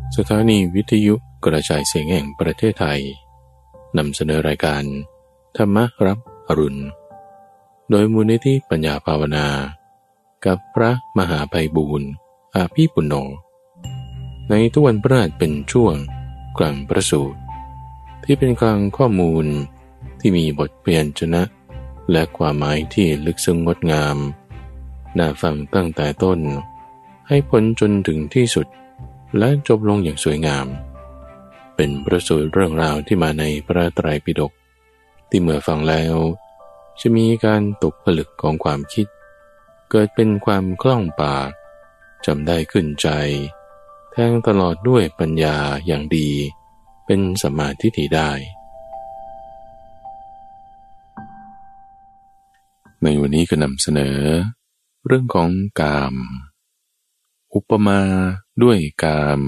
สถานีวิทยุกระจายเสียงแห่งประเทศไทยนำเสนอรายการธรรมรับอรุณโดยมูลนิธิปัญญาภาวนากับพระมหาไพบูลย์อาภีปุณโญในทุกวันพฤหัสเป็นช่วงกลางประสูตรที่เป็นกลางข้อมูลที่มีบทเปลี่ยนชนะและความหมายที่ลึกซึ้งงดงามน่าฟังตั้งแต่ต้นให้พ้นจนถึงที่สุดและจบลงอย่างสวยงามเป็นประสูตรเรื่องราวที่มาในพระไตรปิฎกที่เมื่อฟังแล้วจะมีการตกผลึกของความคิดเกิดเป็นความคล่องปากจำได้ขึ้นใจแทงตลอดด้วยปัญญาอย่างดีเป็นสัมมาทิฏฐิได้ในวันนี้ก็นำเสนอเรื่องของกามอุปมาด้วยกาม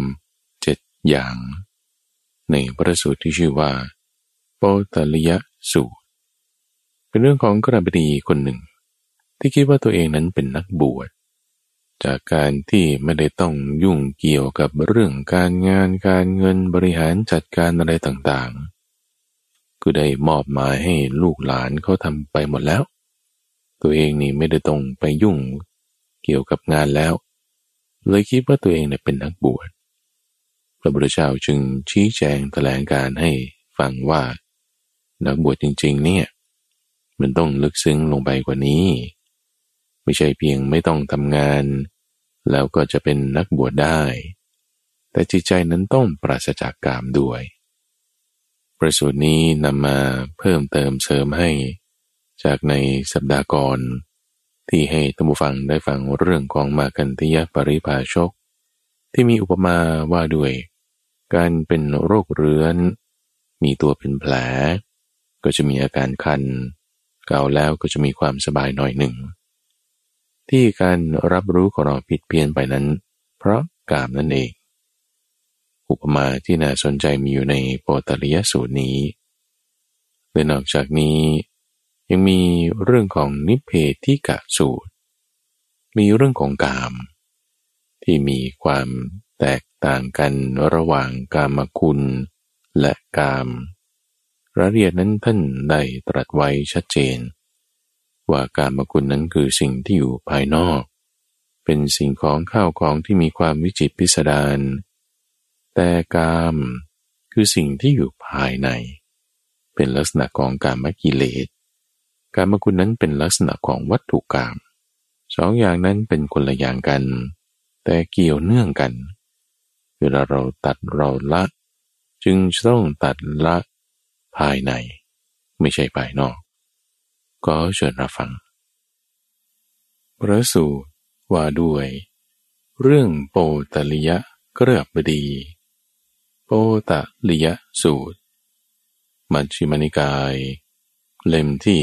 7อย่างในพระสูตรที่ชื่อว่าโปตลิยสูตรเป็นเรื่องของกฤบดีคนหนึ่งที่คิดว่าตัวเองนั้นเป็นนักบวชจากการที่ไม่ได้ต้องยุ่งเกี่ยวกับเรื่องการงานการเงินบริหารจัดการอะไรต่างๆคือได้มอบหมายให้ลูกหลานเขาทำไปหมดแล้วตัวเองนี่ไม่ได้ต้องไปยุ่งเกี่ยวกับงานแล้วเลยคิดว่าตัวเองเนี่ยเป็นนักบวชพระพุทธเจ้าจึงชี้แจงแถลงการให้ฟังว่านักบวชจริงๆเนี่ยมันต้องลึกซึ้งลงไปกว่านี้ไม่ใช่เพียงไม่ต้องทำงานแล้วก็จะเป็นนักบวชได้แต่จิตใจนั้นต้องปราศจากกามด้วยประสูตรนี้นำมาเพิ่มเติมเสริมให้จากในสัปดาห์ก่อนที่ให้ท่านผู้ฟังได้ฟังเรื่องของมาคันธยปริภาชกที่มีอุปมาว่าด้วยการเป็นโรคเรื้อนมีตัวเป็นแผลก็จะมีอาการคันเกาแล้วก็จะมีความสบายหน่อยหนึ่งที่การรับรู้ของเราผิดเพี้ยนไปนั้นเพราะกามนั่นเองอุปมาที่น่าสนใจมีอยู่ในโปตลิยสูตรนี้และนอกจากนี้ยังมีเรื่องของนิเพธิกะสูตรมีเรื่องของกามที่มีความแตกต่างกันระหว่างกามคุณและกามรายละเอียดนั้นท่านได้ตรัสไว้ชัดเจนว่ากามคุณนั้นคือสิ่งที่อยู่ภายนอกเป็นสิ่งของข้าวของที่มีความวิจิตรพิสดารแต่กามคือสิ่งที่อยู่ภายในเป็นลักษณะของกามกิเลสกามคุณนั้นเป็นลักษณะของวัตถุกามสองอย่างนั้นเป็นคนละอย่างกันแต่เกี่ยวเนื่องกันเวลาเราตัดเราละจึงจะต้องตัดละภายในไม่ใช่ภายนอกก็เชิญรับฟังพระสูตรว่าด้วยเรื่องโปตลิยกฤบดีโปตลิยสูตรมัชฌิมนิกายเล่มที่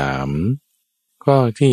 13ข้อที่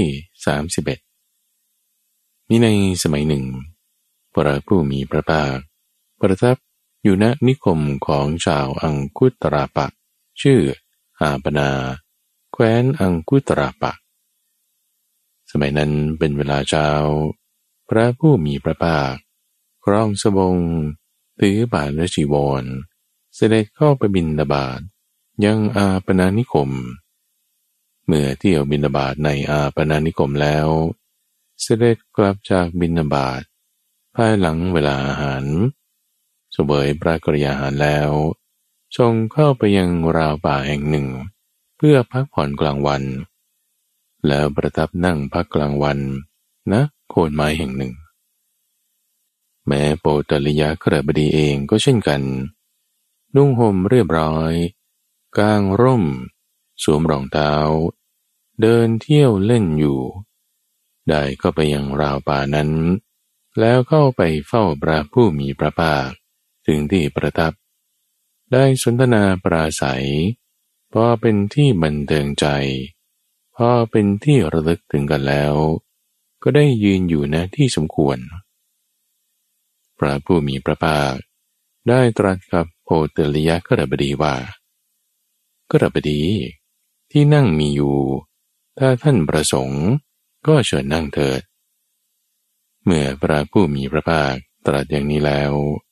31มีในสมัยหนึ่งพระผู้มีพระภาคประทับอยู่ณนิคมของชาวอังคุตราปะชื่ออาปนาแคว้นอังคุตราปะสมัยนั้นเป็นเวลาเช้าพระผู้มีพระภาคครองสบงถือบาทและจีวรเสด็จเข้าไปบิณฑบาตยังอาปนานิคมเมื่อเที่ยวบิณฑบาตในอาปนานิคมแล้วเสด็จกลับจากบิณฑบาตภายหลังเวลาอาหารเสวยพระกริยาหารแล้วทรงเข้าไปยังราวป่าแห่งหนึ่งเพื่อพักผ่อนกลางวันแล้วประทับนั่งพักกลางวันณโคนไม้แห่งหนึ่งแม้โปตลิยกฤบดีเองก็เช่นกันนุ่งห่มเรียบร้อยกางร่มสวมรองเท้าเดินเที่ยวเล่นอยู่ได้เข้าไปยังราวป่านั้นแล้วเข้าไปเฝ้าพระผู้มีพระภาคถึงที่ประทับได้สนทนาปราศัยพอเป็นที่บันเทิงใจพอเป็นที่ระลึกถึงกันแล้วก็ได้ยืนอยู่ณที่สมควรพระผู้มีพระภาคได้ตรัสกับโปตลิยกฤบดีว่ากฤบดีที่นั่งมีอยู่ถ้าท่านประสงค์ก็เชิญนั่งเถิดเมื่อพระผู้มีพระภาคตรัสอย่างนี้แล้ว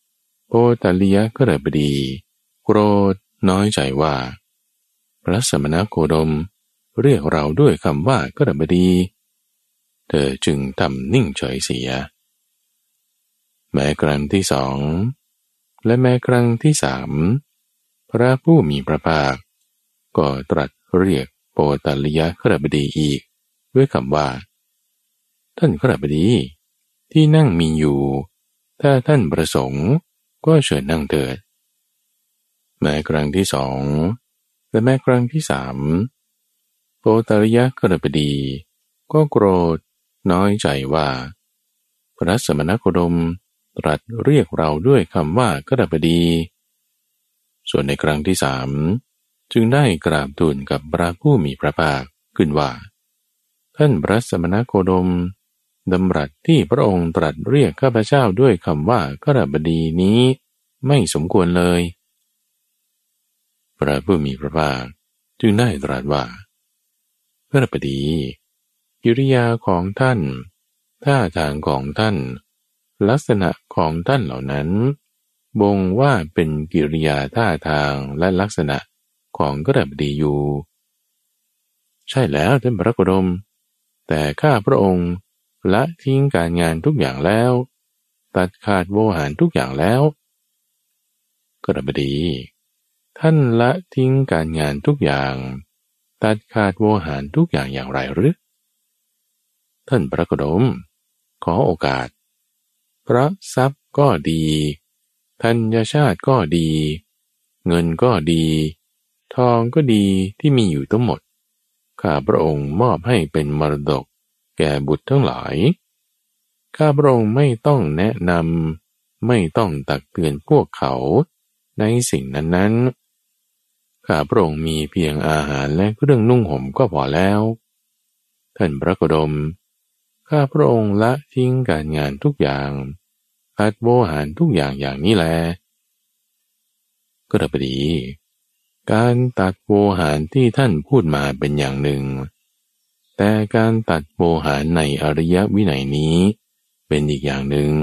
โปตลิยกฤบดีโกรธน้อยใจว่าพระสมณโคดมเรียกเราด้วยคำว่ากฤบดีเธอจึงทำนิ่งเฉยเสียแม้ครั้งที่สองและแม้ครั้งที่สามพระผู้มีพระภาคก็ตรัสเรียกโปตลิยกฤบดีอีกด้วยคำว่าท่านกฤบดีที่นั่งมีอยู่ถ้าท่านประสงค์ก็เชิญนั่งเถิดแม้ครั้งที่สองและแม้ครั้งที่สามโปตลิยกฤบดีก็โกรธน้อยใจว่าพระสมณโคดมตรัสเรียกเราด้วยคำว่ากฤบดีส่วนในครั้งที่สามจึงได้กราบทูลกับพระผู้มีพระภาคขึ้นว่าท่านพระสมณโคดมดำรัสที่พระองค์ตรัสเรียกข้าพเจ้าด้วยคำว่ากฤบดีนี้ไม่สมควรเลยพระผู้มีพระภาคจึงได้ตรัสว่ากฤบดีกิริยาของท่านท่าทางของท่านลักษณะของท่านเหล่านั้นบ่งว่าเป็นกิริยาท่าทางและลักษณะของกฤบดีอยู่ใช่แล้วท่านพระโคดมแต่ข้าพระองค์ละทิ้งการงานทุกอย่างแล้วตัดขาดโวหารทุกอย่างแล้วกฤบดีท่านละทิ้งการงานทุกอย่างตัดขาดโวหารทุกอย่างอย่างไรหรือท่านพระโคดมขอโอกาสเพราะทรัพย์ก็ดีธัญชาติก็ดีเงินก็ดีทองก็ดีที่มีอยู่ทั้งหมดข้าพระองค์มอบให้เป็นมรดกแก่บุตรทั้งหลายข้าพระองค์ไม่ต้องแนะนำไม่ต้องตักเตือนพวกเขาในสิ่งนั้นๆข้าพระองค์มีเพียงอาหารและเครื่องนุ่งห่มก็พอแล้วท่านพระโคดมข้าพระองค์ละทิ้งการงานทุกอย่างตัดโวหารทุกอย่างอย่างนี้แลกฤบดีการตัดโวหารที่ท่านพูดมาเป็นอย่างหนึ่งแต่การตัดโวหารในอริยวินัยนี้เป็นอีกอย่างหนึ่ง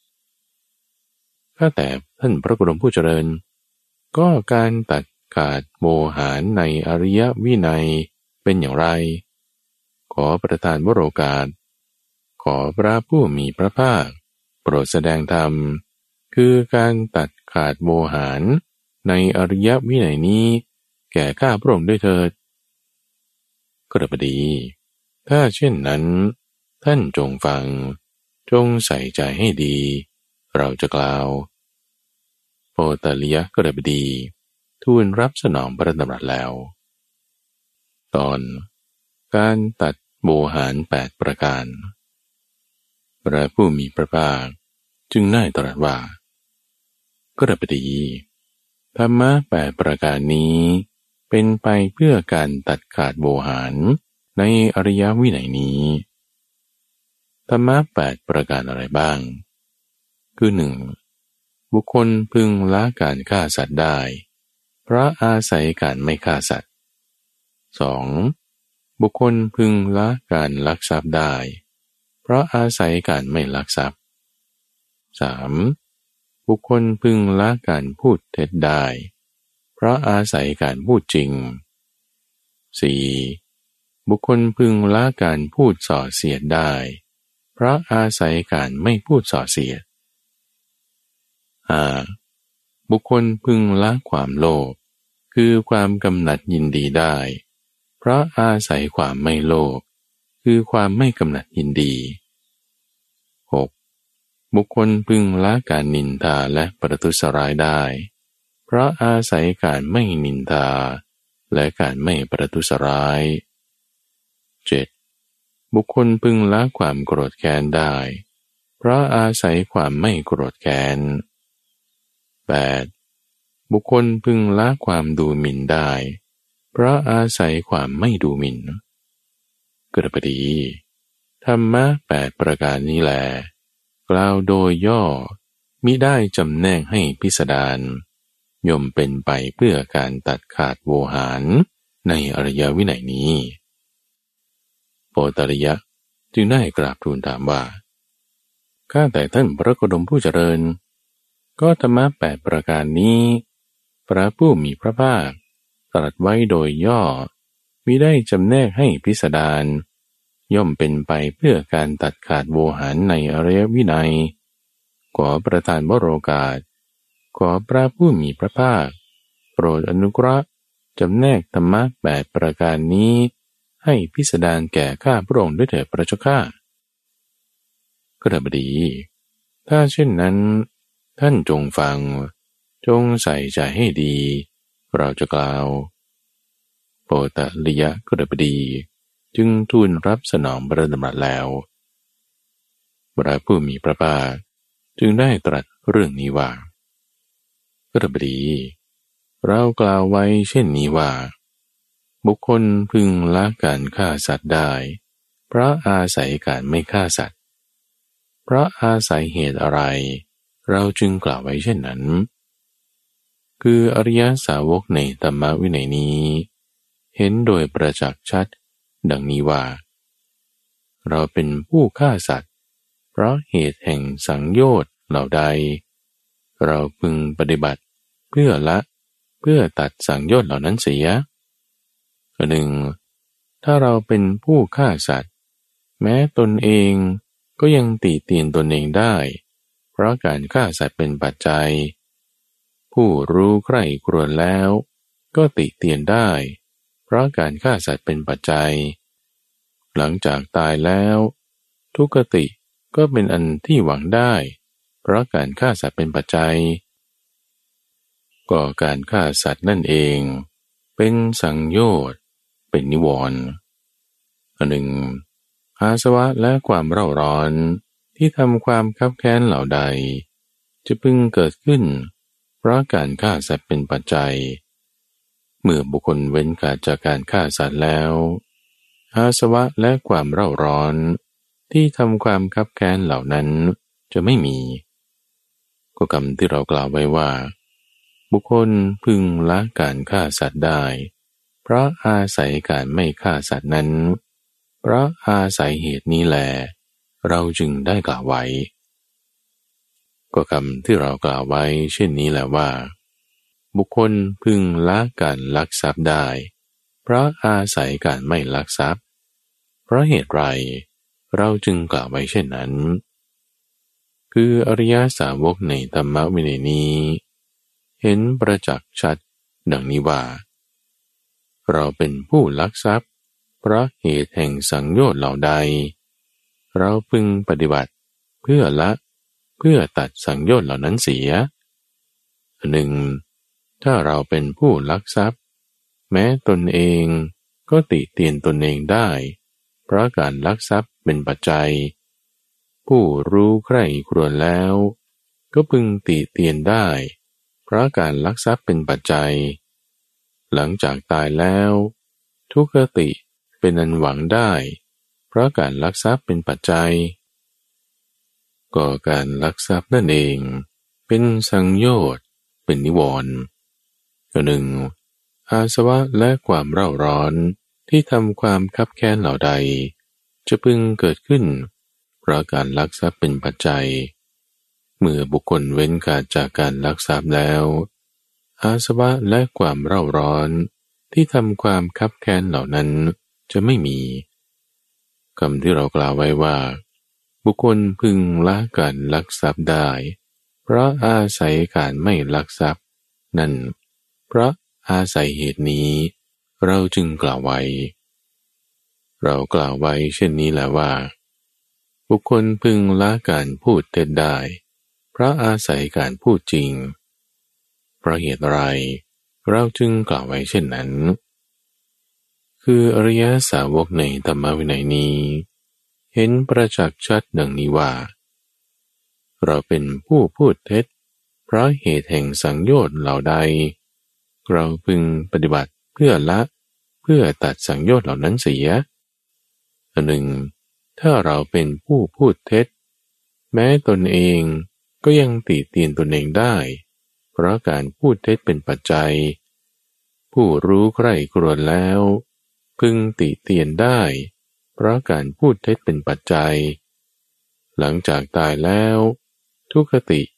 ข้าแต่ท่านพระโคดมผู้เจริญก็การตัดขาดโวหารในอริยวินัยเป็นอย่างไรขอประทานวโรกาสขอพระผู้มีพระภาคโปรดแสดงธรรมคือการตัดขาดโวหารในอริยวินัยนี้แก่ข้าพระองค์ด้วยเถิดกฤบดีถ้าเช่นนั้นท่านจงฟังจงใส่ใจให้ดีเราจะกล่าวโปตลิยกฤบดีทูลรับสนองพระดำรัสแล้วตอนการตัดโวหาร8ประการพระผู้มีพระภาคจึงได้ตรัสว่ากฤบดีธรรมะ8ประการนี้เป็นไปเพื่อการตัดขาดโวหารในอริยวินัยนี้ธรรมะ8ประการอะไรบ้างคือ 1. บุคคลพึงละการฆ่าสัตว์ได้เพราะอาศัยการไม่ฆ่าสัตว์ 2. บุคคลพึงละการลักทรัพย์ได้เพราะอาศัยการไม่ลักทรัพย์ 3. บุคคลพึงละการพูดเท็จได้เพราะอาศัยการพูดจริง 4. บุคคลพึงละการพูดส่อเสียดได้เพราะอาศัยการไม่พูดส่อเสียด 5. บุคคลพึงละความโลภคือความกำหนัดยินดีได้เพราะอาศัยความไม่โลภคือความไม่กำหนัดยินดี 6. บุคคลพึงละการนินทาและประทุษร้ายได้เพราะอาศัยการไม่นินทาและการไม่ประทุษร้าย 7. บุคคลพึงละความโกรธแค้นได้เพราะอาศัยความไม่โกรธแค้น 8. บุคคลพึงละความดูหมิ่นได้เพราะอาศัยความไม่ดูหมิ่นกฤบดีธรรมะ8ประการนี้แลกล่าวโดยย่อมิได้จำแนกให้พิสดารย่อมเป็นไปเพื่อการตัดขาดโวหารในอริยวินัยนี้โปตลิยะจึงได้กราบทูลถามว่าข้าแต่ท่านพระโคดมผู้เจริญก็ธรรมะ8ประการนี้พระผู้มีพระภาคตรัสไว้โดยย่อมิได้จำแนกให้พิสดารย่อมเป็นไปเพื่อการตัดขาดโวหารในอริยวินัยขอประทานวโรกาสขอพระผู้มีพระภาคโปรดอนุเคราะห์จำแนกธรรมะ8ประการนี้ให้พิสดารแก่ข้าพระองค์ด้วยเถิดพระเจ้าข้าก็ได้บดีถ้าเช่นนั้นท่านจงฟังจงใส่ใจให้ดีเราจะกล่าวโปตลิยะก็ได้บดีจึงทูลรับสนองพระดำรัสแล้วพระผู้มีพระภาคจึงได้ตรัสเรื่องนี้ว่าก็ได้บดีเรากล่าวไว้เช่นนี้ว่าบุคคลพึงละการฆ่าสัตว์ได้เพราะอาศัยการไม่ฆ่าสัตว์เพราะอาศัยเหตุอะไรเราจึงกล่าวไว้เช่นนั้นคืออริยสาวกในธรรมวินัยนี้เห็นโดยประจักษ์ชัดดังนี้ว่าเราเป็นผู้ฆ่าสัตว์เพราะเหตุแห่งสังโยชน์เหล่าใดเราพึงปฏิบัติเพื่อละเพื่อตัดสังโยชน์เหล่านั้นเสียหนึ่งถ้าเราเป็นผู้ฆ่าสัตว์แม้ตนเองก็ยังติเตียนตนเองได้เพราะการฆ่าสัตว์เป็นปัจจัยผู้รู้ใคร่ครวญแล้วก็ติเตียนได้เพราะการฆ่าสัตว์เป็นปัจจัยหลังจากตายแล้วทุกขติก็เป็นอันที่หวังได้เพราะการฆ่าสัตว์เป็นปัจจัยก็การฆ่าสัตว์นั่นเองเป็นสังโยชน์เป็นนิวรณ์หนึ่งอาสวะและความเร่าร้อนที่ทำความคับแค้นเหล่าใดจะพึงเกิดขึ้นเพราะการฆ่าสัตว์เป็นปัจจัยเมื่อบุคคลเว้นขาดจากการฆ่าสัตว์แล้วอาสวะและความเร่าร้อนที่ทำความคับแค้นเหล่านั้นจะไม่มีก็คำที่เรากล่าวไว้ว่าบุคคลพึงละการฆ่าสัตว์ได้เพราะอาศัยการไม่ฆ่าสัตว์นั้นเพราะอาศัยเหตุนี้แลเราจึงได้กล่าวไว้ก็คำที่เรากล่าวไว้เช่นนี้แหละว่าบุคคลพึงละการลักทรัพย์ได้เพราะอาศัยการไม่ลักทรัพย์เพราะเหตุไรเราจึงกล่าวไว้เช่นนั้นคืออริยสาวกในธรรมวินัยนี้เห็นประจักษ์ชัดดังนี้ว่าเราเป็นผู้ลักทรัพย์เพราะเหตุแห่งสังโยชน์เหล่าใดเราพึงปฏิบัติเพื่อละเพื่อตัดสังโยชน์เหล่านั้นเสียหนึ่งถ้าเราเป็นผู้ลักทรัพย์แม้ตนเองก็ติเตียนตนเองได้เพราะการลักทรัพย์เป็นปัจจัยผู้รู้ใคร่ครวญแล้วก็พึงติเตียนได้เพราะการลักทรัพย์เป็นปัจจัยหลังจากตายแล้วทุกขติเป็นอันหวังได้เพราะการลักทรัพย์เป็นปัจจัยก็การลักทรัพย์นั่นเองเป็นสังโยชน์เป็นนิวรณ์หนึ่งอาสวะและความเร่าร้อนที่ทำความคับแค้นเหล่าใดจะพึงเกิดขึ้นเพราะการลักทรัพย์เป็นปัจจัยเมื่อบุคคลเว้นขาดจากการลักทรัพย์แล้วอาสวะและความเร่าร้อนที่ทำความคับแค้นเหล่านั้นจะไม่มีคำที่เรากล่าวไว้ว่าบุคคลพึงละการลักทรัพย์ได้เพราะอาศัยการไม่ลักทรัพย์นั่นเพราะอาศัยเหตุนี้เราจึงกล่าวไว้เรากล่าวไว้เช่นนี้แหละว่าบุคคลพึงละการพูดเท็จได้เพราะอาศัยการพูดจริงเพราะเหตุไรเราจึงกล่าวไว้เช่นนั้นคืออริยสาวกในธรรมวินัยนี้เห็นประจักษ์ชัดดังนี้ว่าเราเป็นผู้พูดเท็จเพราะเหตุแห่งสังโยชน์เหล่าใดเราพึงปฏิบัติเพื่อละเพื่อตัดสังโยชน์เหล่านั้นเสียหนึ่งถ้าเราเป็นผู้พูดเท็จแม้ตนเองก็ยังติเตียนตนเองได้เพราะการพูดเท็จเป็นปัจจัยผู้รู้ใคร่ครวญแล้วพึงติเตียนได้เพราะการพูดเท็จเป็นปัจจัยหลังจากตายแล้วทุกขติ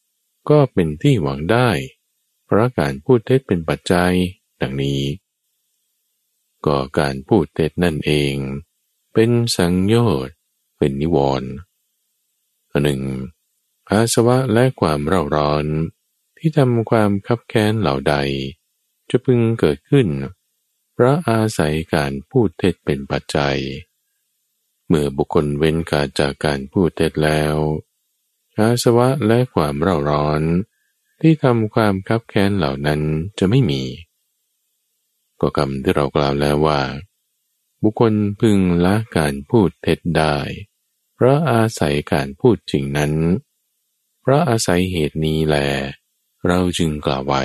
ก็เป็นที่หวังได้เพราะการพูดเท็จเป็นปัจจัยดังนี้ก็การพูดเท็จนั่นเองเป็นสังโยชน์เป็นนิวรณ์หนึ่งอาสวะและความเร่าร้อนที่ทำความคับแค้นเหล่าใดจะพึงเกิดขึ้นเพราะอาศัยการพูดเท็จเป็นปัจจัยเมื่อบุคคลเว้นขาดจากการพูดเท็จแล้วอาสวะและความเร่าร้อนที่ทำความคับแค้นเหล่านั้นจะไม่มีก็คำที่เรากล่าวแล้วว่าบุคคลพึงละการพูดเท็จได้เพราะอาศัยการพูดจริงนั้นเพราะอาศัยเหตุนี้แลเราจึงกล่าวไว้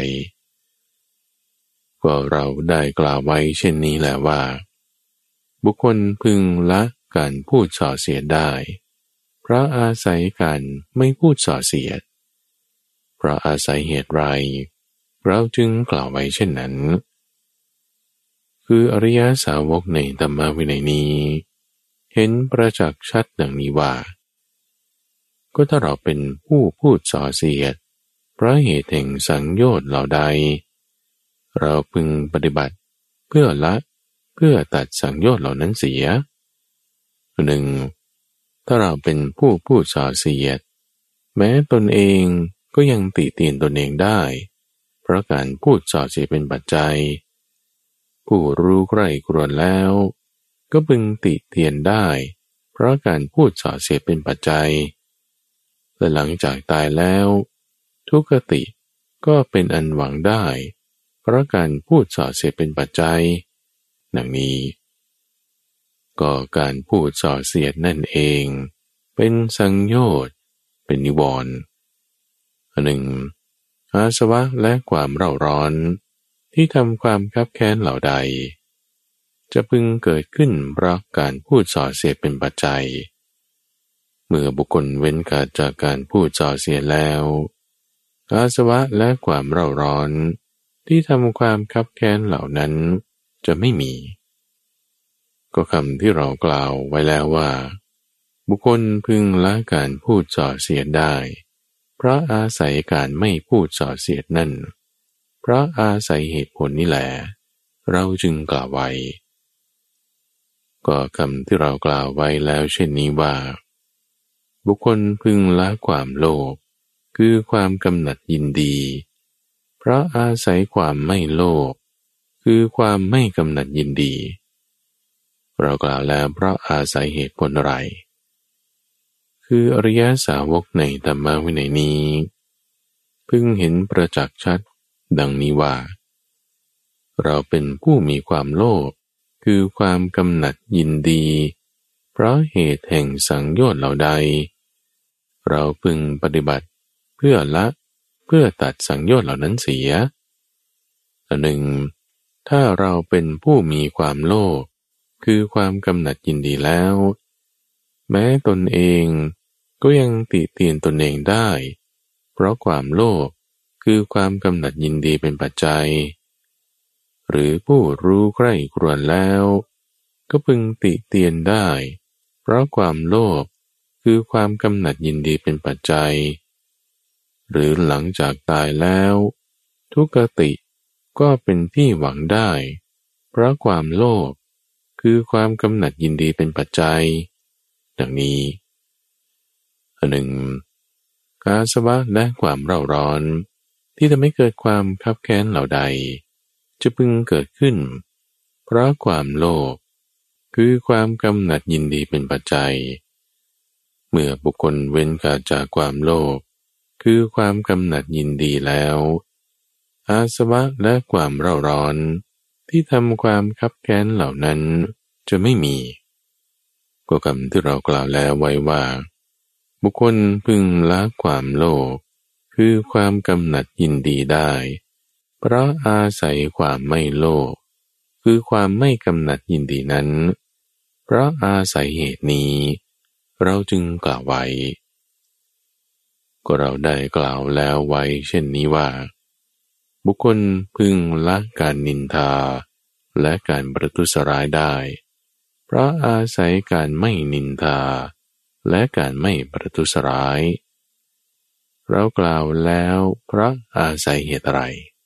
ก็เราได้กล่าวไว้เช่นนี้แหละว่าบุคคลพึงละการพูดส่อเสียดได้เพราะอาศัยการไม่พูดส่อเสียดเพราะอาศัยเหตุไรเราจึงกล่าวไว้เช่นนั้นคืออริยสาวกในธรรมวินัยนี้เห็นประจักษ์ชัดดังนี้ว่าก็ถ้าเราเป็นผู้พูดส่อเสียดเพราะเหตุแห่งสังโยชน์เหล่าใดเราพึงปฏิบัติเพื่อละเพื่อตัดสังโยชน์เหล่านั้นเสียหนึ่งถ้าเราเป็นผู้พูดส่อเสียดแม้ตนเองก็ยังติเตียนตนเองได้เพราะการพูดส่อเสียดเป็นปัจจัยผู้รู้ใคร่ครวญแล้วก็พึงติเตียนได้เพราะการพูดส่อเสียดเป็นปัจจัยและหลังจากตายแล้วทุกขติก็เป็นอันหวังได้เพราะการพูดส่อเสียดเป็นปัจจัยดังนี้ก็การพูดส่อเสียดนั่นเองเป็นสังโยชน์เป็นนิวรณ์หนึ่งอาสวะและความเร่าร้อนที่ทำความคับแค้นเหล่าใดจะพึงเกิดขึ้นเพราะการพูดส่อเสียดเป็นปัจจัยเมื่อบุคคลเว้นขาดจากการพูดส่อเสียดแล้วอาสวะและความเร่าร้อนที่ทำความคับแค้นเหล่านั้นจะไม่มีก็คำที่เรากล่าวไว้แล้วว่าบุคคลพึงละการพูดส่อเสียดได้เพราะอาศัยการไม่พูดส่อเสียดนั่นเพราะอาศัยเหตุผลนี่แหละเราจึงกล่าวไว้ก็คำที่เรากล่าวไว้แล้วเช่นนี้ว่าบุคคลพึงละความโลภคือความกำหนัดยินดีเพราะอาศัยความไม่โลภคือความไม่กำหนัดยินดีเรากล่าวแล้วเพราะอาศัยเหตุผลอะไรคืออริยสาวกในธรรมวินัยนี้พึงเห็นประจักษ์ชัดดังนี้ว่าเราเป็นผู้มีความโลภคือความกำหนัดยินดีเพราะเหตุแห่งสังโยชน์เหล่าใดเราพึงปฏิบัติเพื่อละเพื่อตัดสังโยชน์เหล่านั้นเสียหนึ่งถ้าเราเป็นผู้มีความโลภคือความกำหนัดยินดีแล้วแม้ตนเองก็ยังติเตียนตนเองได้เพราะความโลภคือความกำหนัดยินดีเป็นปัจจัยหรือผู้รู้ใคร่ครวญแล้วก็พึงติเตียนได้เพราะความโลภคือความกำหนัดยินดีเป็นปัจจัยหรือหลังจากตายแล้วทุกขติก็เป็นที่หวังได้เพราะความโลภคือความกำหนัดยินดีเป็นปัจจัยดังนี้หนึ่งอาสวะและความเร่าร้อนที่ทำให้เกิดความคับแค้นเหล่าใดจะพึงเกิดขึ้นเพราะความโลภคือความกำหนัดยินดีเป็นปัจจัยเมื่อบุคคลเว้นขาดจากความโลภคือความกำหนัดยินดีแล้วอาสวะและความเร่าร้อนที่ทำความคับแค้นเหล่านั้นจะไม่มีก็คำที่เรากล่าวแล้วไว้ว่าบุคคลพึงละความโลภคือความกำหนัดยินดีได้เพราะอาศัยความไม่โลภคือความไม่กำหนัดยินดีนั้นเพราะอาศัยเหตุนี้เราจึงกล่าวไว้ก็เราได้กล่าวแล้วไว้เช่นนี้ว่าบุคคลพึงละการนินทาและการประทุษร้ายได้เพราะอาศัยการไม่นินทาและการไม่ประทุษร้ายเรากล่าวแล้วเพราะอาศัยเหตุอะไร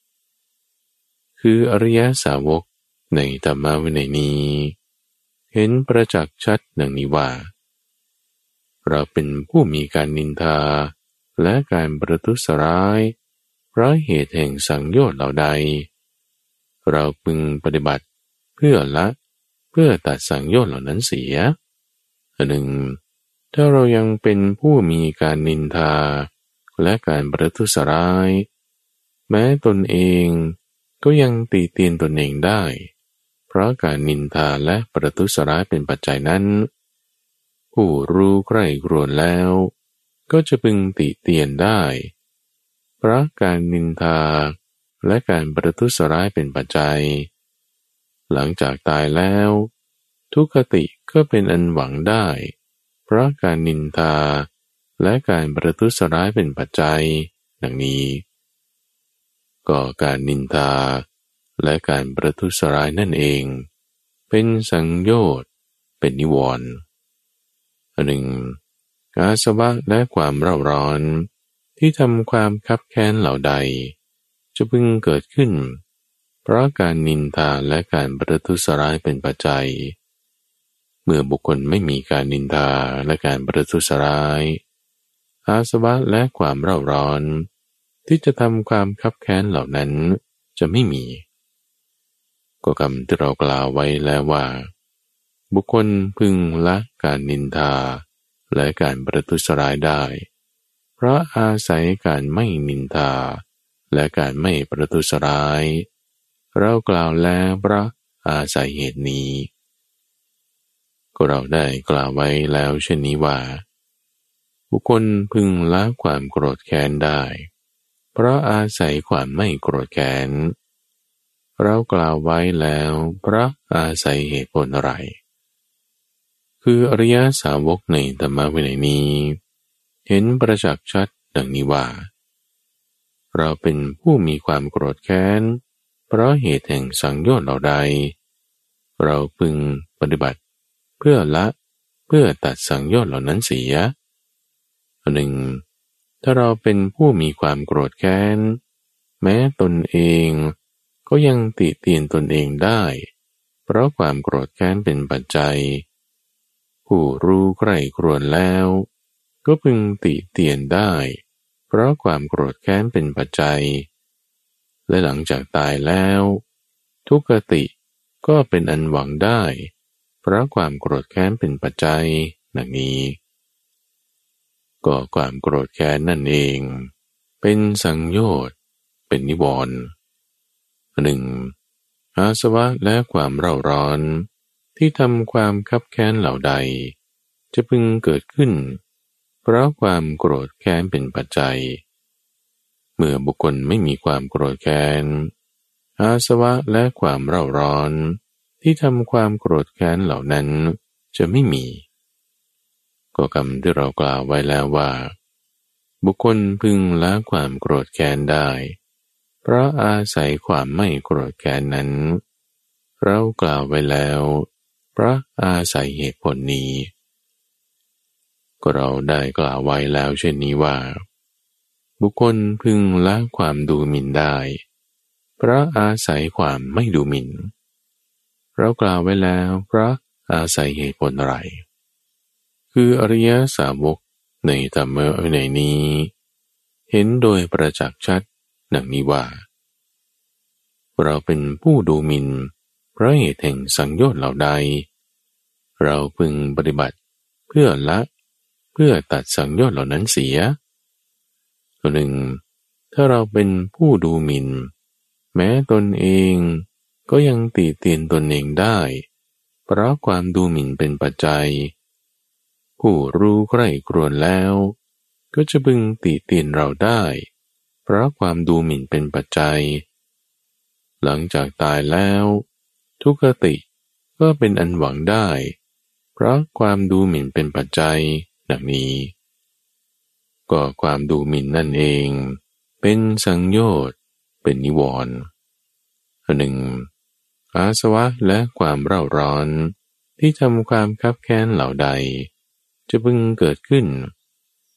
คืออริยสาวกในธรรมวินัยนี้เห็นประจักษ์ชัดดังนี้ว่าเราเป็นผู้มีการนินทาและการประทุษร้ายเพราะเหตุแห่งสังโยชน์เหล่าใดเราพึงปฏิบัติเพื่อละเพื่อตัดสังโยชน์เหล่านั้นเสียหนึ่งถ้าเรายังเป็นผู้มีการนินทาและการประทุษร้ายแม้ตนเองก็ยังติเตียนตนเองได้เพราะการนินทาและประทุษร้ายเป็นปัจจัยนั้นผู้รู้ใคร่ครวญแล้วก็จะพึงติเตียนได้เพราะการนินทาและการประทุษร้ายเป็นปัจจัยหลังจากตายแล้วทุกขติก็เป็นอันหวังได้เพราะการนินทาและการประทุษร้ายเป็นปัจจัยดังนี้ก็การนินทาและการประทุษร้ายนั่นเองเป็นสังโยชน์เป็นนิวรณ์หนึ่งอาสวะและความเร่าร้อนที่ทำความคับแค้นเหล่าใดจะพึงเกิดขึ้นเพราะการนินทาและการประทุษร้ายเป็นปัจจัยเมื่อบุคคลไม่มีการนินทาและการประทุษร้ายอาสวะและความเร่าร้อนที่จะทำความคับแค้นเหล่านั้นจะไม่มีก็คำที่เรากล่าวไว้แล้วว่าบุคคลพึงละการนินทาและการประทุษร้ายได้เพราะอาศัยการไม่นินทาและการไม่ประทุษร้ายเรากล่าวแล้วเพราะอาศัยเหตุนี้ก็เราได้กล่าวไว้แล้วเช่นนี้ว่าบุคคลพึงละความโกรธแค้นได้เพราะอาศัยความไม่โกรธแค้นเรากล่าวไว้แล้วเพราะอาศัยเหตุผลอะไรคืออริยสาวกในธรรมวินัยนี้เห็นประจักษ์ชัดดังนี้ว่าเราเป็นผู้มีความโกรธแค้นเพราะเหตุแห่งสังโยชน์เหล่าใดเราพึงปฏิบัติเพื่อละเพื่อตัดสังโยชน์เหล่านั้นเสียหนึ่งถ้าเราเป็นผู้มีความโกรธแค้นแม้ตนเองก็ยังติเตียนตนเองได้เพราะความโกรธแค้นเป็นปัจจัยผู้รู้ใคร่ครวญแล้วก็พึงติเตียนได้เพราะความโกรธแค้นเป็นปัจจัยและหลังจากตายแล้วทุกขติก็เป็นอันหวังได้เพราะความโกรธแค้นเป็นปัจจัยดังนี้ก็ความโกรธแค้นนั่นเองเป็นสังโยชน์เป็นนิวรณ์หนึ่งอาสวะและความเร่าร้อนที่ทำความคับแค้นเหล่าใดจะพึงเกิดขึ้นเพราะความโกรธแค้นเป็นปัจจัยเมื่อบุคคลไม่มีความโกรธแค้นอาสวะและความเร่าร้อนที่ทำความโกรธแค้นเหล่านั้นจะไม่มีก็คำที่เรากล่าวไว้แล้วว่าบุคคลพึงละความโกรธแค้นได้เพราะอาศัยความไม่โกรธแค้นนั้นเรากล่าวไว้แล้วเพราะอาศัยเหตุผลนี้ก็เราได้กล่าวไว้แล้วเช่นนี้ว่าบุคคลพึงละความดูหมิ่นได้เพราะอาศัยความไม่ดูหมิ่นเรากล่าวไว้แล้วเพราะอาศัยเหตุผลอะไรคืออริยสาวกในธรรมวินัยนี้เห็นโดยประจักษ์ชัดดังนี้ว่าเราเป็นผู้ดูหมิ่นเพราะเหตุแห่งสังโยชน์เหล่าใดเราพึงปฏิบัติเพื่อละเพื่อตัดสังโยชน์เหล่านั้นเสียตัวหนึ่งถ้าเราเป็นผู้ดูหมิ่นแม้ตนเองก็ยังติเตียนตนเองได้เพราะความดูหมิ่นเป็นปัจจัยผู้รู้ใคร่ครวญแล้วก็จะพึงติเตียนเราได้เพราะความดูหมิ่นเป็นปัจจัยหลังจากตายแล้วทุกขติก็เป็นอันหวังได้เพราะความดูหมิ่นเป็นปัจจัยดังนี้ก็ความดูหมิ่นนั่นเองเป็นสังโยชน์เป็นนิวรณ์หนึ่งอาสวะและความเร่าร้อนที่ทำความคับแค้นเหล่าใดจะพึงเกิดขึ้น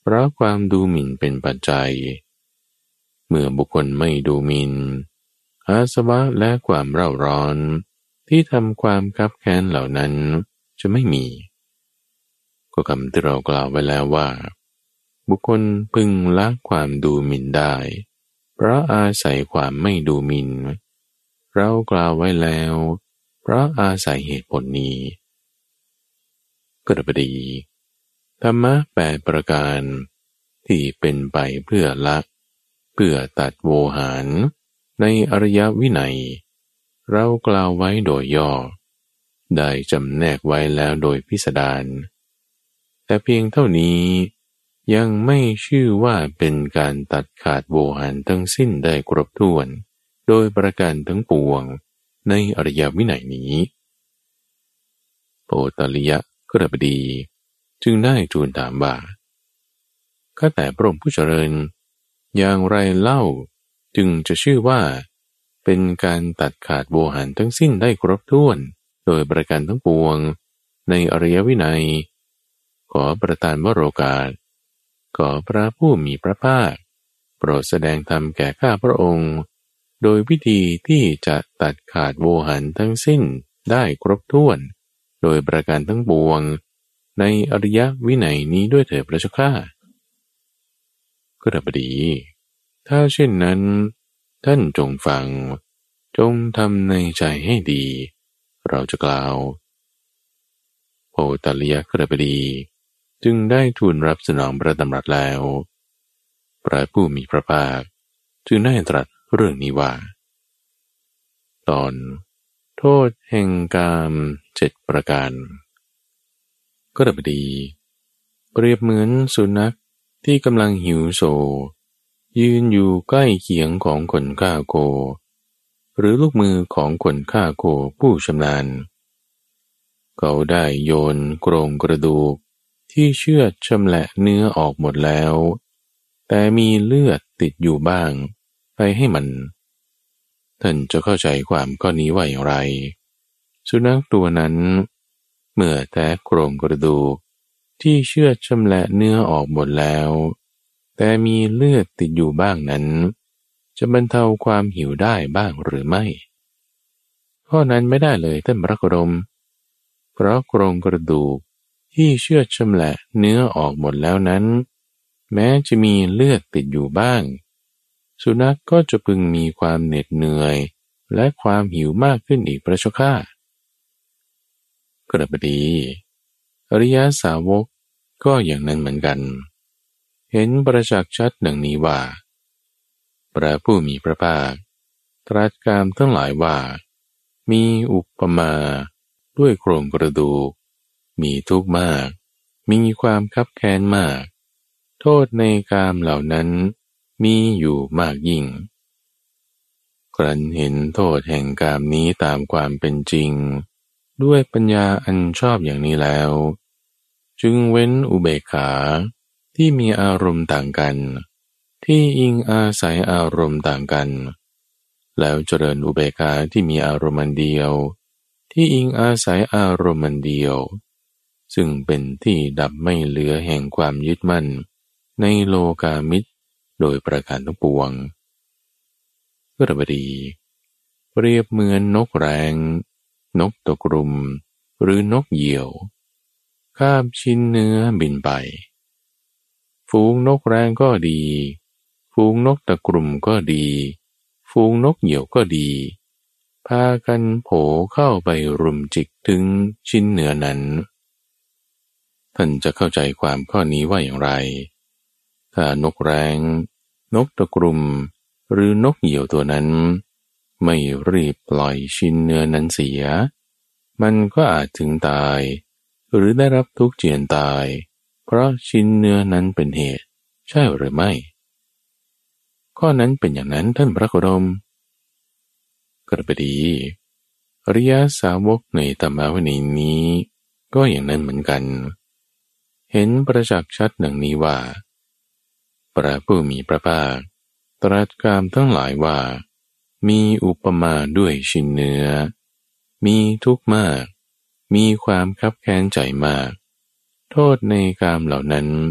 เพราะความดูหมิ่นเป็นปัจจัยเมื่อบุคคลไม่ดูหมิ่นอาสวะและความเร่าร้อนที่ทำความคับแค้นเหล่านั้นจะไม่มีก็คำที่เรากล่าวไว้แล้วว่าบุคคลพึงละความดูหมิ่นได้เพราะอาศัยความไม่ดูหมิ่นเรากล่าวไว้แล้วเพราะอาศัยเหตุผลนี้ก็ได้ดีธรรมะ8ประการที่เป็นไปเพื่อละเพื่อตัดโวหารในอริยวินัยเรากล่าวไว้โดยย่อได้จำแนกไว้แล้วโดยพิสดารแต่เพียงเท่านี้ยังไม่ชื่อว่าเป็นการตัดขาดโวหารทั้งสิ้นได้ครบถ้วนโดยประการทั้งปวงในอริยวินัยนี้โปตลิยะกฤบดีจึงได้ทูลถามว่าข้าแต่พระองค์ผู้เจริญอย่างไรเล่าจึงจะชื่อว่าเป็นการตัดขาดโวหารทั้งสิ้นได้ครบถ้วนโดยประการทั้งปวงในอริยวินัยขอประทานวโรกาสขอพระผู้มีพระภาคโปรดแสดงธรรมแก่ข้าพระองค์โดยวิธีที่จะตัดขาดโวหารทั้งสิ้นได้ครบถ้วนโดยประการทั้งปวงในอริยวินัยนี้ด้วยเถิดพระเจ้าข้าก็ดับดีถ้าเช่นนั้นท่านจงฟังจงทำในใจให้ดีเราจะกล่าวโพตลิยะกฤบดีจึงได้ทูลรับสนองพระดำรัสแล้วพระผู้มีพระภาคจึงได้ตรัสเรื่องนี้ว่าตอนโทษแห่งกาม7ประการก็ดับดีเปรียบเหมือนสุนัขที่กำลังหิวโซยืนอยู่ใกล้เคียงของคนฆ่าโคหรือลูกมือของคนฆ่าโคผู้ชำนาญเขาได้โยนโครงกระดูกที่เชือดชำแหละเนื้อออกหมดแล้วแต่มีเลือดติดอยู่บ้างไปให้มันท่านจะเข้าใจความข้อนี้ว่าอย่างไรสุนัขตัวนั้นเมื่อแทะโครงกระดูกที่เชือดชำแหละเนื้อออกหมดแล้วแต่มีเลือดติดอยู่บ้างนั้นจะบรรเทาความหิวได้บ้างหรือไม่ข้อนั้นไม่ได้เลยท่านพระโคดมเพราะโครงกระดูกที่เชือดชำแหละเนื้อออกหมดแล้วนั้นแม้จะมีเลือดติดอยู่บ้างสุนัขก็จะพึงมีความเหน็ดเหนื่อยและความหิวมากขึ้นอีกพระเจ้าข้ากระบดีอริยสาวกก็อย่างนั้นเหมือนกันเห็นประจักษ์ชัดดังนี้ว่าพระผู้มีพระภาคตรัสกามทั้งหลายว่ามีอุปมาด้วยโครงกระดูกมีทุกข์มากมีความคับแค้นมากโทษในกามเหล่านั้นมีอยู่มากยิ่งครั้นเห็นโทษแห่งกามนี้ตามความเป็นจริงด้วยปัญญาอันชอบอย่างนี้แล้วจึงเว้นอุเบกขาที่มีอารมณ์ต่างกันที่อิงอาศัยอารมณ์ต่างกันแล้วเจริญอุเบกขาที่มีอารมณ์อันเดียวที่อิงอาศัยอารมณ์อันเดียวซึ่งเป็นที่ดับไม่เหลือแห่งความยึดมั่นในโลกามิตรโดยประการทั้งปวงก็ระบดีเปรียบเหมือนนกแร้งนกตะกรุมหรือนกเหยี่ยวคาบชิ้นเนื้อบินไปฝูงนกแร้งก็ดีฝูงนกตะกรุมก็ดีฝูงนกเหยี่ยวก็ดีพากันโผเข้าไปรุมจิกถึงชิ้นเนื้อนั้นท่านจะเข้าใจความข้อนี้ว่าอย่างไรถ้านกแร้งนกตะกรุมหรือนกเหยี่ยวตัวนั้นไม่รีบปล่อยชิ้นเนื้อนั้นเสียมันก็อาจถึงตายหรือได้รับทุกข์เจียนตายเพราะชิ้นเนื้อนั้นเป็นเหตุใช่หรือไม่ข้อนั้นเป็นอย่างนั้นท่านพระโคดมกระบดีอริยสาวกในธรรมวินัยนี้ก็อย่างนั้นเหมือนกันเห็นประจักษ์ชัดดังนี้ว่าพระผู้มีพระภาคตรัสกามทั้งหลายว่ามีอุปมาด้วยชิ้นเนื้อมีทุกข์มากมีความคับแค้นใจมากโทษในกามเหล่านั้น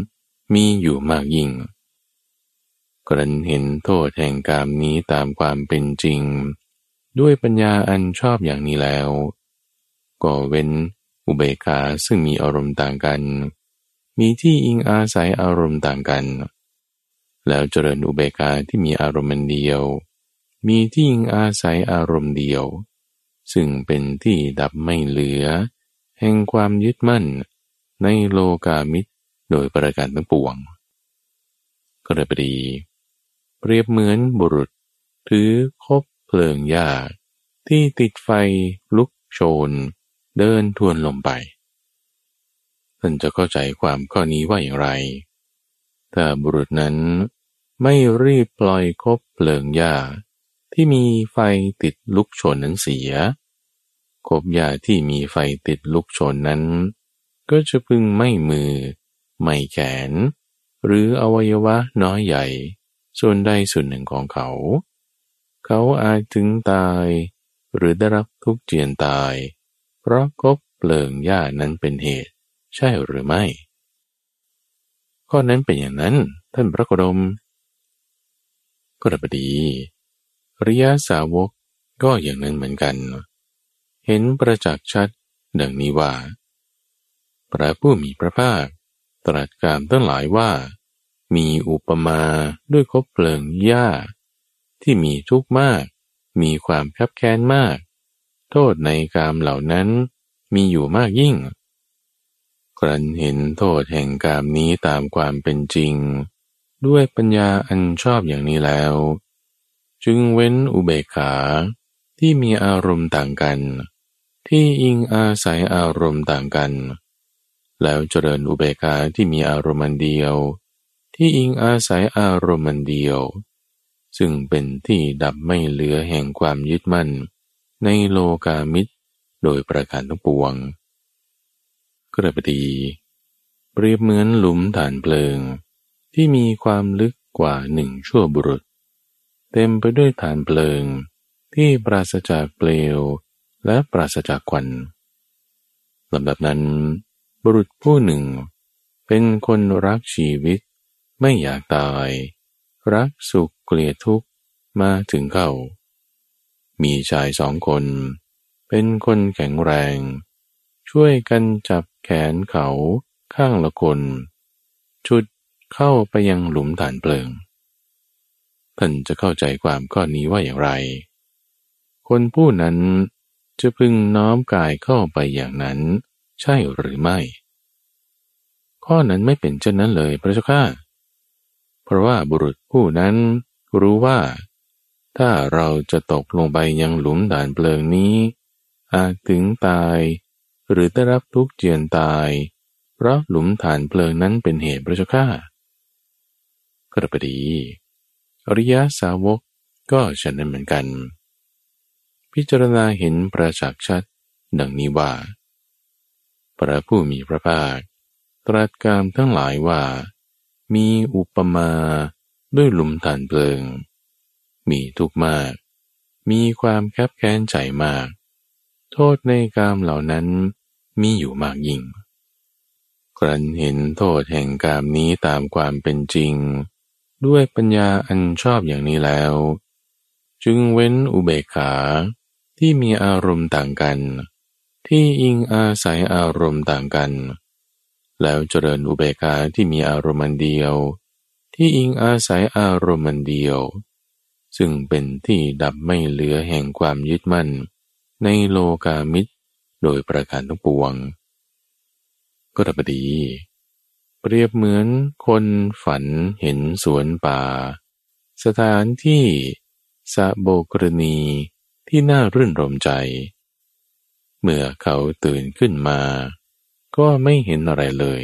มีอยู่มากยิ่งครั้นเห็นโทษแห่งกามนี้ตามความเป็นจริงด้วยปัญญาอันชอบอย่างนี้แล้วก็เว้นอุเบกขาซึ่งมีอารมณ์ต่างกันมีที่อิงอาศัยอารมณ์ต่างกันแล้วเจริญอุเบกขาที่มีอารมณ์เดียวมีที่อิงอาศัยอารมณ์เดียวซึ่งเป็นที่ดับไม่เหลือแห่งความยึดมั่นในโลกามิตรโดยประการทั้งปวงก็เลยดีเปรียบเหมือนบุรุษถือคบเพลิงหญ้าที่ติดไฟลุกโชนเดินทวนลมไปท่านจะเข้าใจความข้อนี้ว่าอย่างไรถ้าบุรุษนั้นไม่รีบปล่อยคบเพลิงหญ้าที่มีไฟติดลุกโชนนั้นเสียคบหญ้าที่มีไฟติดลุกโชนนั้นก็จะพึงไม่มือไม่แขนหรืออวัยวะน้อยใหญ่ส่วนใดส่วนหนึ่งของเขาอาจถึงตายหรือได้รับทุกข์เจียนตายเพราะคบเพลิงหญ้านั้นเป็นเหตุใช่หรือไม่ข้อนั้นเป็นอย่างนั้นท่านพระโคดมก็ระบดีอริยสาวกก็อย่างนั้นเหมือนกันเห็นประจักษ์ชัดดังนี้ว่าพระผู้มีพระภาคตรัสกามทั้งหลายว่ามีอุปมาด้วยคบเพลิงหญ้าที่มีทุกข์มากมีความคับแค้นมากโทษในกามเหล่านั้นมีอยู่มากยิ่งครั้นเห็นโทษแห่งกามนี้ตามความเป็นจริงด้วยปัญญาอันชอบอย่างนี้แล้วจึงเว้นอุเบกขาที่มีอารมณ์ต่างกันที่อิงอาศัยอารมณ์ต่างกันแล้วเจริญอุเบกขาที่มีอารมณ์เดียวที่อิงอาศัยอารมณ์เดียวซึ่งเป็นที่ดับไม่เหลือแห่งความยึดมั่นในโลกามิตรโดยประการทั้งปวงกระบดีเปรียบเหมือนหลุมฐานเพลิงที่มีความลึกกว่า1 ชั่วบุรุษเต็มไปด้วยฐานเพลิงที่ปราศจากเปลวและปราศจากควันลำดับนั้นบุรุษผู้หนึ่งเป็นคนรักชีวิตไม่อยากตายรักสุขเกลียดทุกข์มาถึงเข้ามีชาย2 คนเป็นคนแข็งแรงช่วยกันจับแขนเขาข้างละคนชุดเข้าไปยังหลุมฐานเพลิงท่านจะเข้าใจความข้อนี้ว่าอย่างไรคนผู้นั้นจะพึงน้อมกายเข้าไปอย่างนั้นใช่หรือไม่ข้อนั้นไม่เป็นเช่นนั้นเลยพระเจ้าข้าเพราะว่าบุรุษผู้นั้นรู้ว่าถ้าเราจะตกลงไปยังหลุมฐานเพลิงนี้อาจถึงตายหรือได้รับทุกข์เจียนตายเพราะหลุมฐานเพลิงนั้นเป็นเหตุพระเจ้าข้ากระบดีอริยสาวกก็ฉะนั้นเหมือนกันพิจารณาเห็นประจักษ์ชัดดังนี้ว่าพระผู้มีพระภาคตรัสกามทั้งหลายว่ามีอุปมาด้วยหลุมฐานเพลิงมีทุกข์มากมีความคับแค้นใจมากโทษในกามเหล่านั้นมีอยู่มากยิ่งครั้นเห็นโทษแห่งกามนี้ตามความเป็นจริงด้วยปัญญาอันชอบอย่างนี้แล้วจึงเว้นอุเบกขาที่มีอารมณ์ต่างกันที่อิงอาศัยอารมณ์ต่างกันแล้วเจริญอุเบกขาที่มีอารมณ์เดียวที่อิงอาศัยอารมณ์เดียวซึ่งเป็นที่ดับไม่เหลือแห่งความยึดมั่นในโลกามิตรโดยประการทั้งปวงก็ระบดีเปรียบเหมือนคนฝันเห็นสวนป่าสถานที่สะโบกรณีที่น่ารื่นรมใจเมื่อเขาตื่นขึ้นมาก็ไม่เห็นอะไรเลย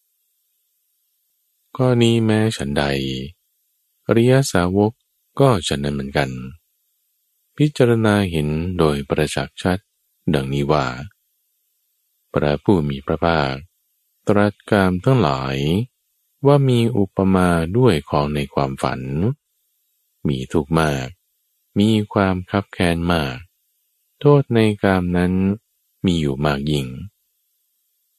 ข้อนี้แม้ฉันใดอริยสาวกก็ฉะนั้นเหมือนกันพิจารณาเห็นโดยประจักษ์ชัดดังนี้ว่าพระผู้มีพระภาคตรัสกามทั้งหลายว่ามีอุปมาด้วยของในความฝันมีทุกข์มากมีความคับแค้นมากโทษในกามนั้นมีอยู่มากยิ่งค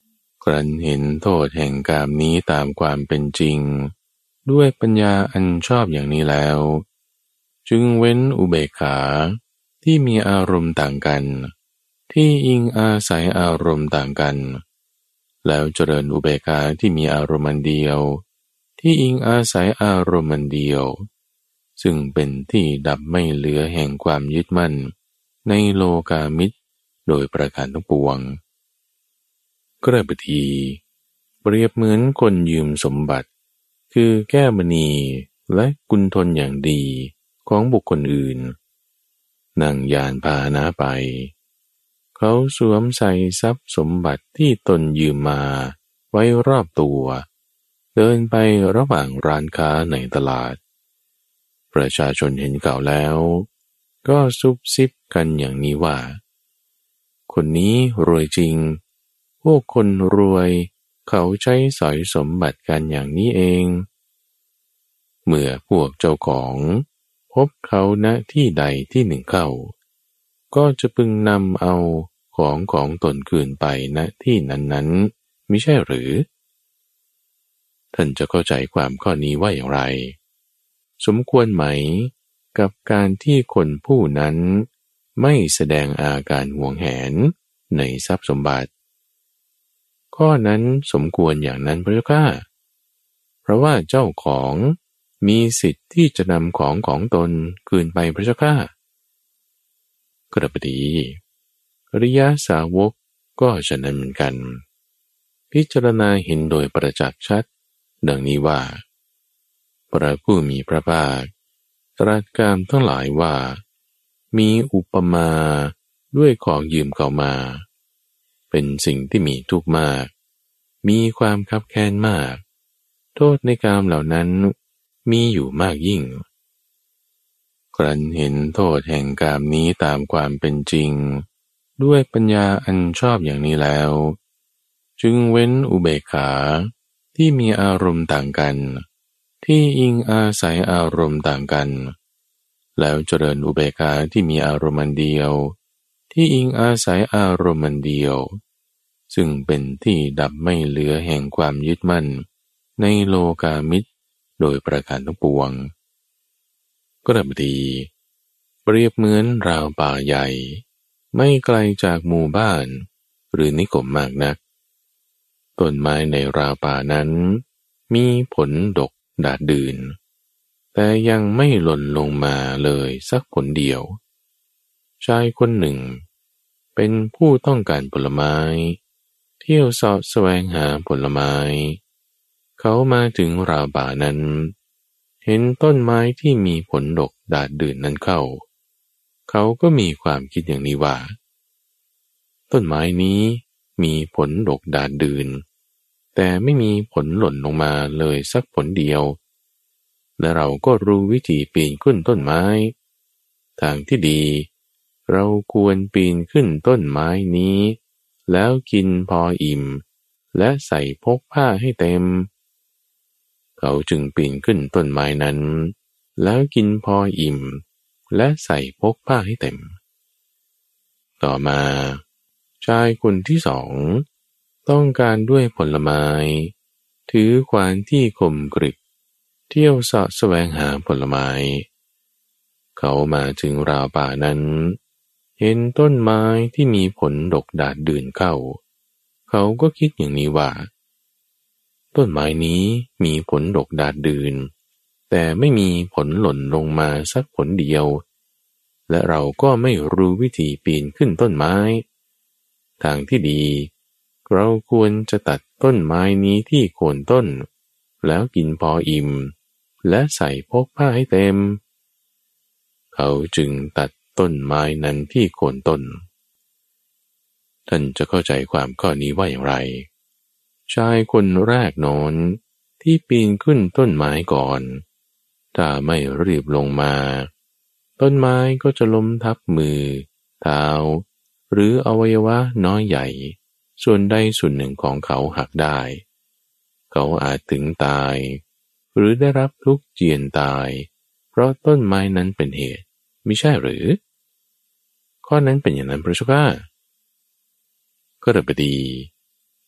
รั้นเห็นโทษแห่งกามนี้ตามความเป็นจริงด้วยปัญญาอันชอบอย่างนี้แล้วจึงเว้นอุเบกขาที่มีอารมณ์ต่างกันที่อิงอาศัยอารมณ์ต่างกันแล้วเจริญอุเบกขาที่มีอารมณ์อันเดียวที่อิงอาศัยอารมณ์อันเดียวซึ่งเป็นที่ดับไม่เหลือแห่งความยึดมั่นในโลกามิตรโดยประการทั้งปวงกระบดีเปรียบเหมือนคนยืมสมบัติคือแก้วมณีและกุนทนอย่างดีของบุคคลอื่นนั่งยานพาหนะไปเขาสวมใส่ทรัพย์สมบัติที่ตนยืมมาไว้รอบตัวเดินไประหว่างร้านค้าในตลาดประชาชนเห็นเขาแล้วก็ซุบซิบกันอย่างนี้ว่าคนนี้รวยจริงพวกคนรวยเขาใช้สอยสมบัติกันอย่างนี้เองเมื่อพวกเจ้าของพบเขาณที่ใดที่หนึ่งเข้าก็จะพึงนำเอาของตนคืนไปณที่นั้นๆมิใช่หรือท่านจะเข้าใจความข้อนี้ว่าอย่างไรสมควรไหมกับการที่คนผู้นั้นไม่แสดงอาการหวงแหนในทรัพย์สมบัติข้อนั้นสมควรอย่างนั้นพระเจ้าข้าเพราะว่าเจ้าของมีสิทธิ์ที่จะนำของตนคืนไปพระเจ้าข้ากระบดีอริยสาวกก็ฉะนั้นเหมือนกันพิจารณาเห็นโดยประจักษ์ชัดดังนี้ว่าพระผู้มีพระภาคตรัสกามทั้งหลายว่ามีอุปมาด้วยของยืมเขามาเป็นสิ่งที่มีทุกข์มากมีความคับแค้นมากโทษในกามเหล่านั้นมีอยู่มากยิ่งครั้นเห็นโทษแห่งกามนี้ตามความเป็นจริงด้วยปัญญาอันชอบอย่างนี้แล้วจึงเว้นอุเบกขาที่มีอารมณ์ต่างกันที่อิงอาศัยอารมณ์ต่างกันแล้วเจริญอุเบกขาที่มีอารมณ์อันเดียวที่อิงอาศัยอารมณ์อันเดียวซึ่งเป็นที่ดับไม่เหลือแห่งความยึดมั่นในโลกามิตรโดยประการทั้งปวงกระบดีเปรียบเหมือนราวป่าใหญ่ไม่ไกลจากหมู่บ้านหรือนิคมมากนักต้นไม้ในราวป่านั้นมีผลดกดาดดื่นแต่ยังไม่หล่นลงมาเลยสักผลเดียวชายคนหนึ่งเป็นผู้ต้องการผลไม้เที่ยวเสาะแสวงหาผลไม้เขามาถึงราวป่านั้นเห็นต้นไม้ที่มีผลดกดาดดื่นนั้นเข้าเขาก็มีความคิดอย่างนี้ว่าต้นไม้นี้มีผลดกดาดดื่นแต่ไม่มีผลหล่นลงมาเลยสักผลเดียวและเราก็รู้วิธีปีนขึ้นต้นไม้ทางที่ดีเราควรปีนขึ้นต้นไม้นี้แล้วกินพออิ่มและใส่พกผ้าให้เต็มเขาจึงปีนขึ้นต้นไม้นั้นแล้วกินพออิ่มและใส่พกผ้าให้เต็มต่อมาชายคนที่สองต้องการด้วยผลไม้ถือขวานที่คมกริบเที่ยวเสาะแสวงหาผลไม้เขามาถึงราวป่านั้นเห็นต้นไม้ที่มีผลดกดาดดื่นเข้าเขาก็คิดอย่างนี้ว่าต้นไม้นี้มีผลดกดาดดื่นแต่ไม่มีผลหล่นลงมาสักผลเดียวและเราก็ไม่รู้วิธีปีนขึ้นต้นไม้ทางที่ดีเราควรจะตัดต้นไม้นี้ที่โคนต้นแล้วกินพออิ่มและใส่พกผ้าให้เต็มเขาจึงตัดต้นไม้นั้นที่โคนต้นท่านจะเข้าใจความข้อนี้ว่าอย่างไรชายคนแรกโน้นที่ปีนขึ้นต้นไม้ก่อนถ้าไม่รีบลงมาต้นไม้ก็จะล้มทับมือเท้าหรืออวัยวะน้อยใหญ่ส่วนใดส่วนหนึ่งของเขาหักได้เขาอาจถึงตายหรือได้รับทุกข์เจียนตายเพราะต้นไม้นั้นเป็นเหตุมิใช่หรือข้อนั้นเป็นอย่างนั้นพระเจ้าข้า กฤบดี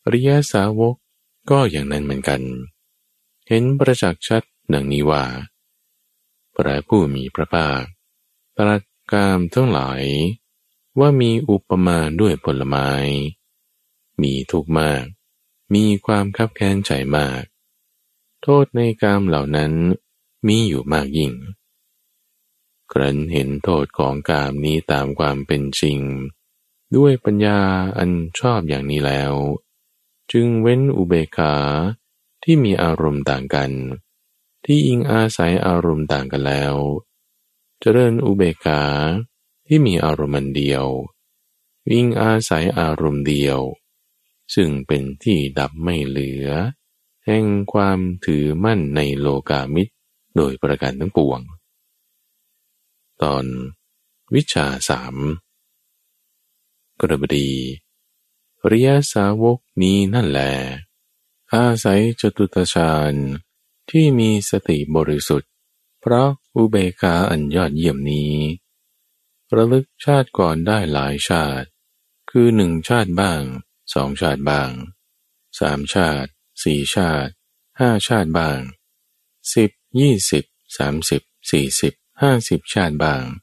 อริยสาวกก็อย่างนั้นเหมือนกันเห็นประจักษ์ชัดดังนี้ว่าพระผู้มีพระภาคตรัสกามทั้งหลายว่ามีอุปมาด้วยผลไม้มีทุกข์มากมีความคับแค้นใจมากโทษในกามเหล่านั้นมีอยู่มากยิ่งครั้นเห็นโทษของกามนี้ตามความเป็นจริงด้วยปัญญาอันชอบอย่างนี้แล้วจึงเว้นอุเบกขาที่มีอารมณ์ต่างกันที่อิงอาศัยอารมณ์ต่างกันแล้วเจริญอุเบกขาที่มีอารมณ์อันเดียวอิงอาศัยอารมณ์เดียวซึ่งเป็นที่ดับไม่เหลือแห่งความถือมั่นในโลกามิตรโดยประการทั้งปวงตอนวิชชา3กฤบดีอริยสาวกนี้นั่นแลอาศัยจตุตฌานที่มีสติบริสุทธิ์เพราะอุเบกขาอันยอดเยี่ยมนี้ระลึกชาติก่อนได้หลายชาติคือ1ชาติบ้าง2ชาติบ้าง3ชาติ4ชาติ5ชาติบ้าง10 20 30 40 50ชาติบ้าง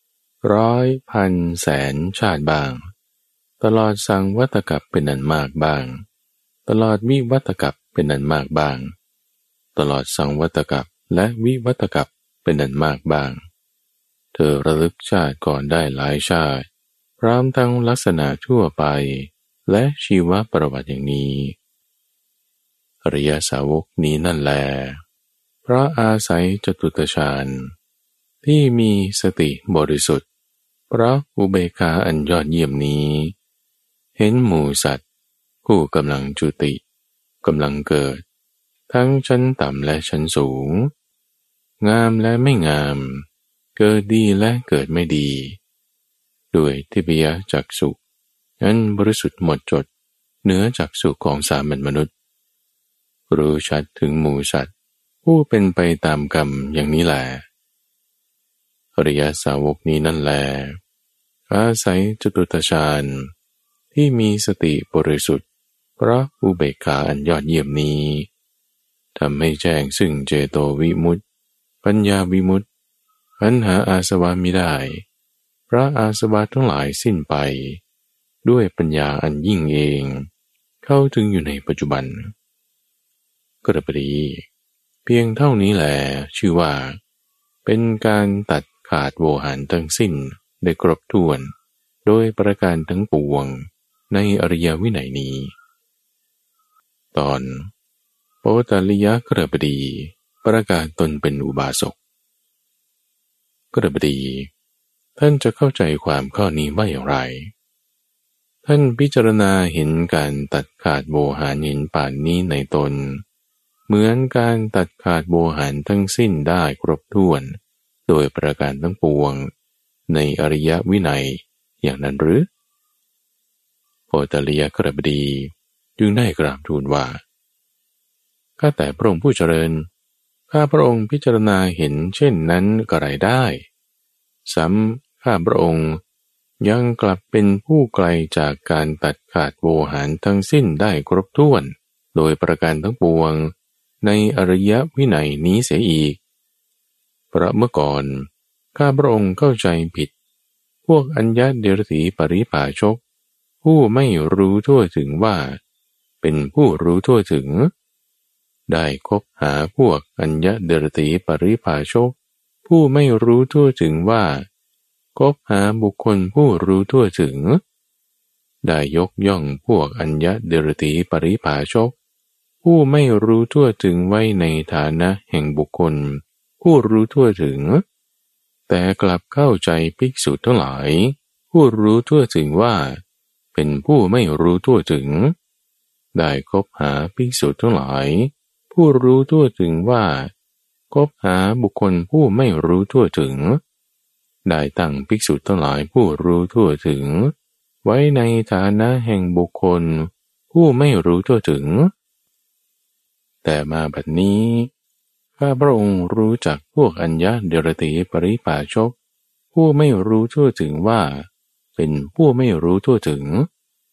100 พันแสนชาติบ้างตลอดสังวัตกัปเป็นอันมากบ้างตลอดวิวัตกัปเป็นอันมากบ้างตลอดสังวัตกัปและวิวัตกัปเป็นอันมากบ้างเธอระลึกชาติก่อนได้หลายชาติพร้อมทั้งลักษณะทั่วไปและชีวประวัติอย่างนี้อริยสาวกนี้นั่นแลเพราะอาศัยจตุตฌานที่มีสติบริสุทธิ์เพราะอุเบกขาอันยอดเยี่ยมนี้เห็นหมู่สัตว์ผู้กำลังจุติกำลังเกิดทั้งชั้นต่ำและชั้นสูงงามและไม่งามเกิดดีและเกิดไม่ดีด้วยทิพยจักษุอันบริสุทธิ์หมดจดเหนือจักษุของสามัญมนุษย์รู้ชัดถึงหมู่สัตว์ผู้เป็นไปตามกรรมอย่างนี้แหละอริยสาวกนี้นั่นแลอาศัยจตุตฌานที่มีสติบริสุทธิ์เพราะอุเบกขาอันยอดเยี่ยมนี้ทำให้แจ้งซึ่งเจโตวิมุตติปัญญาวิมุตติอันหาอาสวะมิได้เพราะอาสวะทั้งหลายสิ้นไปด้วยปัญญาอันยิ่งเองเข้าถึงอยู่ในปัจจุบันกฤบดีเพียงเท่านี้แหละชื่อว่าเป็นการตัดขาดโวหารทั้งสิ้นได้ครบถ้วนโดยประการทั้งปวงในอริยวินัยนี้ตอนโปตลิยกฤบดีประกาศตนเป็นอุบาสกกฤบดีท่านจะเข้าใจความข้อนี้ว่าอย่างไรท่านพิจารณาเห็นการตัดขาดโวหารเห็นป่านนี้ในตนเหมือนการตัดขาดโวหารทั้งสิ้นได้ครบถ้วนโดยประการทั้งปวงในอริยวินัยอย่างนั้นหรือโปตลิยกฤบดีจึงได้กราบทูลว่าข้าแต่พระองค์ผู้เจริญข้าพระองค์พิจารณาเห็นเช่นนั้นก็ไรได้ซ้ำข้าพระองค์ยังกลับเป็นผู้ไกลจากการตัดขาดโวหารทั้งสิ้นได้ครบถ้วนโดยประการทั้งปวงในอริยวินัยนี้เสียอีกเพราะเมื่อก่อนข้าพระองค์เข้าใจผิดพวกอัญญเดรถีปริภาชกผู้ไม่รู้ทั่วถึงว่าเป็นผู้รู้ทั่วถึงได้คบหาพวกอัญญเดรถีปริภาชกผู้ไม่รู้ทั่วถึงว่าคบหาบุคคลผู้รู้ทั่วถึงได้ยกย่องพวกอัญญเดรถีปริภาชกผู้ไม่รู้ทั่วถึงไว้ในฐานะแห่งบุคคลผู้รู้ทั่วถึงแต่กลับเข้าใจภิกษุทั้งหลายผู้รู้ทั่วถึงว่าเป็นผู้ไม่รู้ทั่วถึงได้คบหาภิกษุทั้งหลายผู้รู้ทั่วถึงว่าคบหาบุคคลผู้ไม่รู้ทั่วถึงได้ตั้งภิกษุทั้งหลายผู้รู้ทั่วถึงไว้ในฐานะแห่งบุคคลผู้ไม่รู้ทั่วถึงแต่มาบัดนี้ข้าพระองค์รู้จักพวกอัญญเดรถีปริภาชกผู้ไม่รู้ทั่วถึงว่าเป็นผู้ไม่รู้ทั่วถึง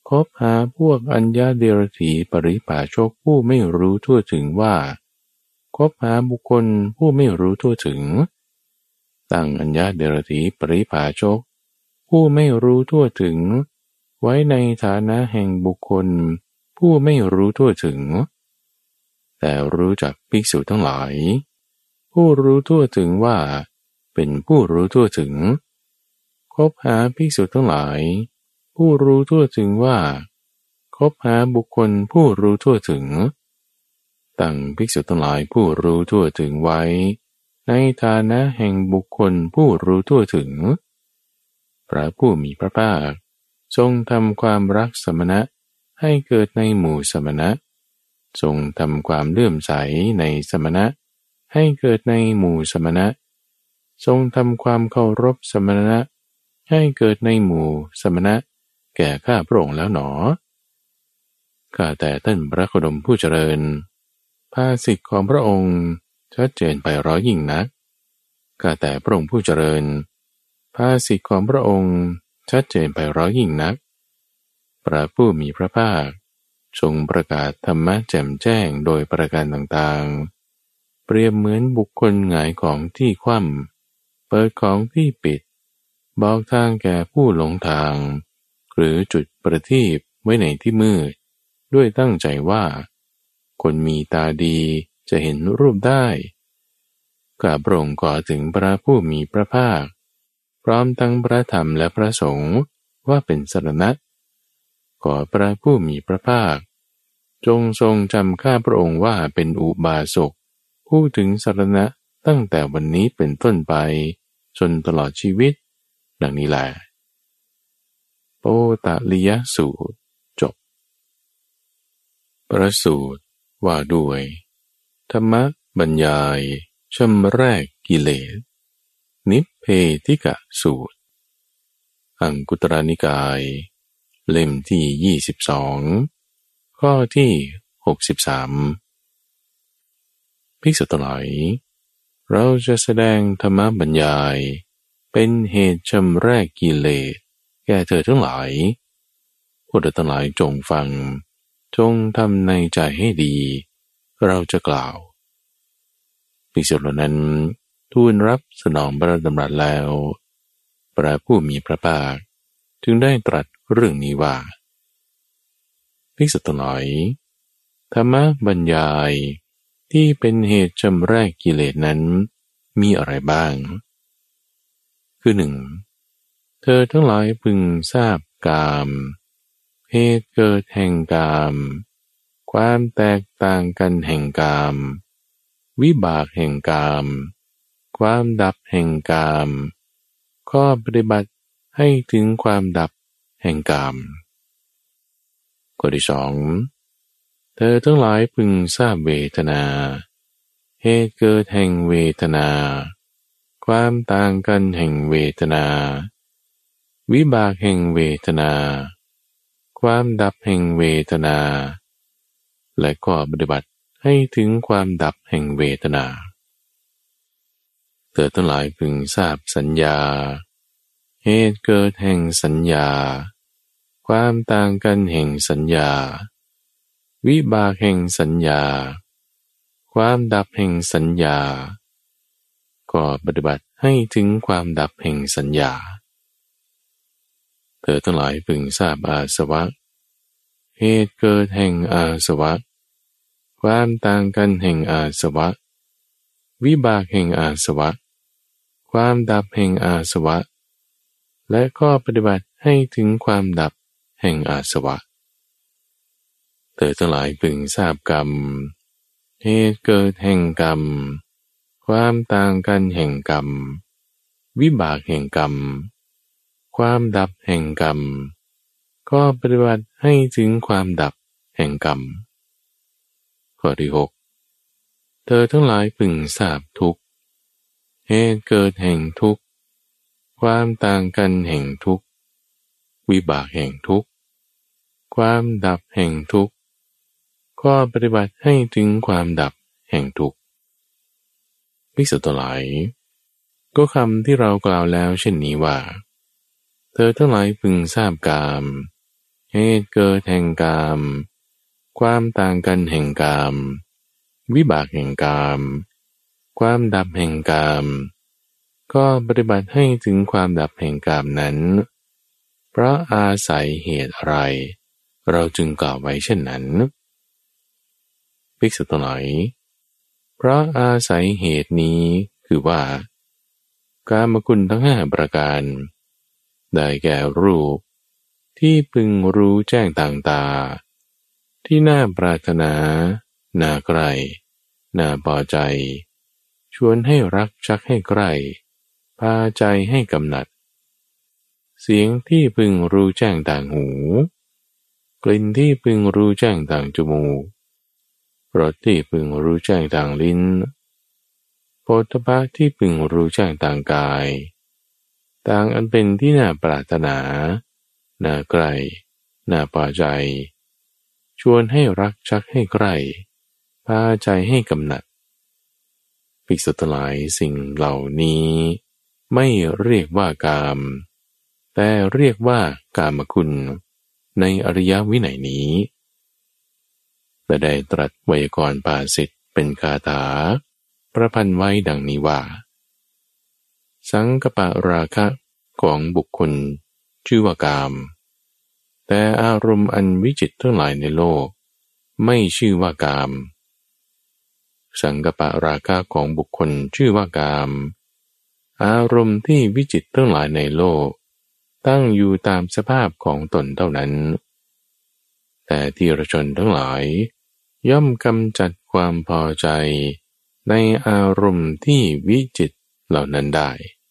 คบหาพวกอัญญาเดรถีปริภาชกผู้ไม่รู้ทั่วถึงว่าคบหาบุคคลผู้ไม่รู้ทั่วถึงตั้งอัญญาเดรถีปริภาชกผู้ไม่รู้ทั่วถึงไว้ในฐานะแห่งบุคคลผู้ไม่รู้ทั่วถึงแต่รู้จักภิกษุทั้งหลายผู้รู้ทั่วถึงว่าเป็นผู้รู้ทั่วถึงคบหาภิกษุทั้งหลายผู้รู้ทั่วถึงว่าคบหาบุคคลผู้รู้ทั่วถึงตั้งภิกษุทั้งหลายผู้รู้ทั่วถึงไว้ในฐานะแห่งบุคคลผู้รู้ทั่วถึงพระผู้มีพระภาคทรงทำความรักสมณะให้เกิดในหมู่สมณะทรงทำความเลื่อมใสในสมณะให้เกิดในหมู่สมณะทรงทำความเคารพสมณะให้เกิดในหมู่สมณะแก่ข้าพระองค์แล้วหนอข้าแต่ท่านพระโคดมผู้เจริญภาษิตของพระองค์ชัดเจนไปร้อยยิ่งนักข้าแต่พระองค์ผู้เจริญภาษิตของพระองค์ชัดเจนไปร้อยยิ่งนักพระผู้มีพระภาคทรงประกาศธรรมะแจ่มแจ้งโดยประการต่างๆเปรียบเหมือนบุคคลหงายของที่คว่ำเปิดของที่ปิดบอกทางแก่ผู้หลงทางหรือจุดประทีปไว้ในที่มืดด้วยตั้งใจว่าคนมีตาดีจะเห็นรูปได้ข้าพระองค์ขอถึงพระผู้มีพระภาคพร้อมทั้งพระธรรมและพระสงฆ์ว่าเป็นสรณะขอพระผู้มีพระภาคจงทรงจำข้าพระองค์ว่าเป็นอุบาสกผู้ถึงสรณะตั้งแต่วันนี้เป็นต้นไปจนตลอดชีวิตดังนี้แหละโปตลิยสูตรจบประสูตรว่าด้วยธรรมบรรยายชำแรกกิเลสนิพเพธิกะสูตรอังคุตรนิกายเล่มที่22ข้อที่63ภิกษุทั้งหลายเราจะแสดงธรรมบรรยายเป็นเหตุชำแรกกิเลสแก่เธอทั้งหลายพวกเธอทั้งหลายจงฟังจงทำในใจให้ดีเราจะกล่าวภิกษุเหล่านั้นทูลรับสนองพระดำรัสแล้วพระผู้มีพระภาคจึงได้ตรัสเรื่องนี้ว่าภิกษุทั้งหลายธรรมบรรยายที่เป็นเหตุชำแรกกิเลสนั้นมีอะไรบ้างคือ 1. เธอทั้งหลายพึงทราบกามเหตุเกิดแห่งกามความแตกต่างกันแห่งกามวิบากแห่งกามความดับแห่งกามข้อปฏิบัติให้ถึงความดับแห่งกามข้อที่ 2. เธอทั้งหลายพึงทราบเวทนาเหตุเกิดแห่งเวทนาความต่างกันแห่งเวทนาวิบากแห่งเวทนาความดับแห่งเวทนาและข้อปฏิบัติให้ถึงความดับแห่งเวทนาเธอทั้งหลายพึงทราบสัญญาเหตุเกิดแห่งสัญญาความต่างกันแห่งสัญญาวิบากแห่งสัญญาความดับแห่งสัญญาก็ปฏิบัติให้ถึงความดับแห่งสัญญาเธอทั้งหลายพึงทราบอาสวะเหตุเกิดแห่งอาสวะความต่างกันแห่งอาสวะวิบากแห่งอาสวะความดับแห่งอาสวะและก็ปฏิบัติให้ถึงความดับแห่งอาสวะเธอทั้งหลายพึงทราบกรรมเหตุเกิดแห่งกรรมความต่างกันแห่งกรรมวิบากแห่งกรรมความดับแห่งกรรมก็ปฏิบัติให้ถึงความดับแห่งกรรมข้อที่ 6. เธอทั้งหลายพึงทราบทุกข์เหตุเกิดแห่งทุกข์ความต่างกันแห่งทุกข์วิบากแห่งทุกข์ความดับแห่งทุกข์ก็ปฏิบัติให้ถึงความดับแห่งทุกข์ภิกษุทั้งหลายก็คำที่เรากล่าวแล้วเช่นนี้ว่าเธอทั้งหลายพึงทราบกามเหตุเกิดแห่งกามความต่างกันแห่งกามวิบากแห่งกามความดับแห่งกามก็ปฏิบัติให้ถึงความดับแห่งกามนั้นเพราะอาศัยเหตุอะไรเราจึงกล่าวไว้เช่นนั้นภิกษุทั้งหลายเพราะอาศัยเหตุนี้คือว่ากามคุณทั้งห้าประการได้แก่รูปที่พึงรู้แจ้งต่างตาที่น่าปรารถนาน่าใคร่น่าพอใจชวนให้รักชักให้ใกล้พาใจให้กำหนัดเสียงที่พึงรู้แจ้งต่างหูกลิ่นที่พึงรู้แจ้งต่างจมูกรสที่พึงรู้แจ้งต่างลิ้นโผฏฐัพพะที่พึงรู้แจ้งต่างกายต่างอันเป็นที่น่าปรารถนาน่าใกล้น่าพอใจชวนให้รักชักให้ใกล้พาใจให้กำหนัดภิกษุทั้งหลายสิ่งเหล่านี้ไม่เรียกว่ากามแต่เรียกว่ากามคุณในอริยวินัยนี้และได้ตรัสไวยากรณ์ภาษิตเป็นคาถาประพันธ์ไว้ดังนี้ว่าสังกัปปะราคะของบุคคลชื่อว่ากามแต่อารมณ์อันวิจิตรทั้งหลายในโลกไม่ชื่อว่ากามสังกัปปะราคะของบุคคลชื่อว่ากามอารมณ์ที่วิจิตรทั้งหลายในโลกตั้งอยู่ตามสภาพของตนเท่านั้นแต่ที่รชนทั้งหลายย่อมกำจัดความพอใจในอารมณ์ที่วิจิตรเหล่านั้นได้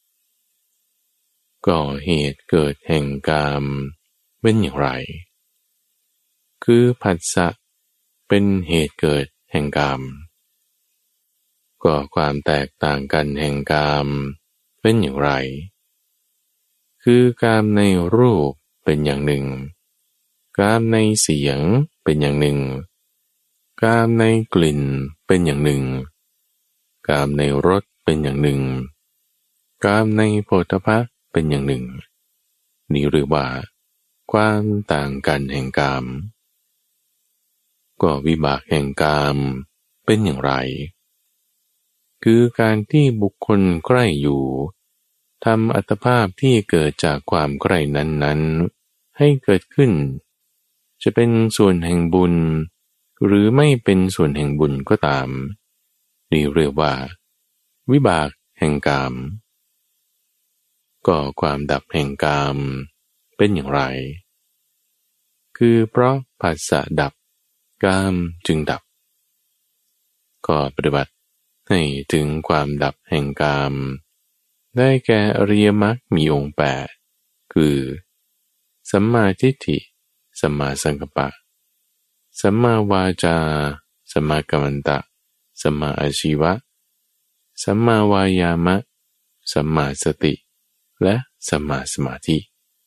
ก็เหตุเกิดแห่งกามเป็นอย่างไรคือผัสสะเป็นเหตุเกิดแห่งกามก็ความแตกต่างกันแห่งกามเป็นอย่างไรคือกามในรูปเป็นอย่างหนึ่งกามในเสียงเป็นอย่างหนึ่งกามในกลิ่นเป็นอย่างหนึ่งกามในรสเป็นอย่างหนึ่งกามในโผฏฐัพพะเป็นอย่างหนึ่งนี้เรียกว่าความต่างกันแห่งกามก็วิบากแห่งกามเป็นอย่างไรคือการที่บุคคลใกล้อยู่ทำอัตภาพที่เกิดจากความใกล้นั้นๆให้เกิดขึ้นจะเป็นส่วนแห่งบุญหรือไม่เป็นส่วนแห่งบุญก็ตามนี่เรียกว่าวิบากแห่งกามก็ความดับแห่งกามเป็นอย่างไรคือเพราะผัสสะดับกามจึงดับก็ปฏิบัติให้ถึงความดับแห่งกามได้แก่อริยมรรคมีองค์8คือสัมมาทิฏฐิสัมมาสังกัปปะสัมมาวาจาสัมมากัมมันตะสัมมาอาชีวะสัมมาวายามะสัมมาสติและสัมมาสมาธิ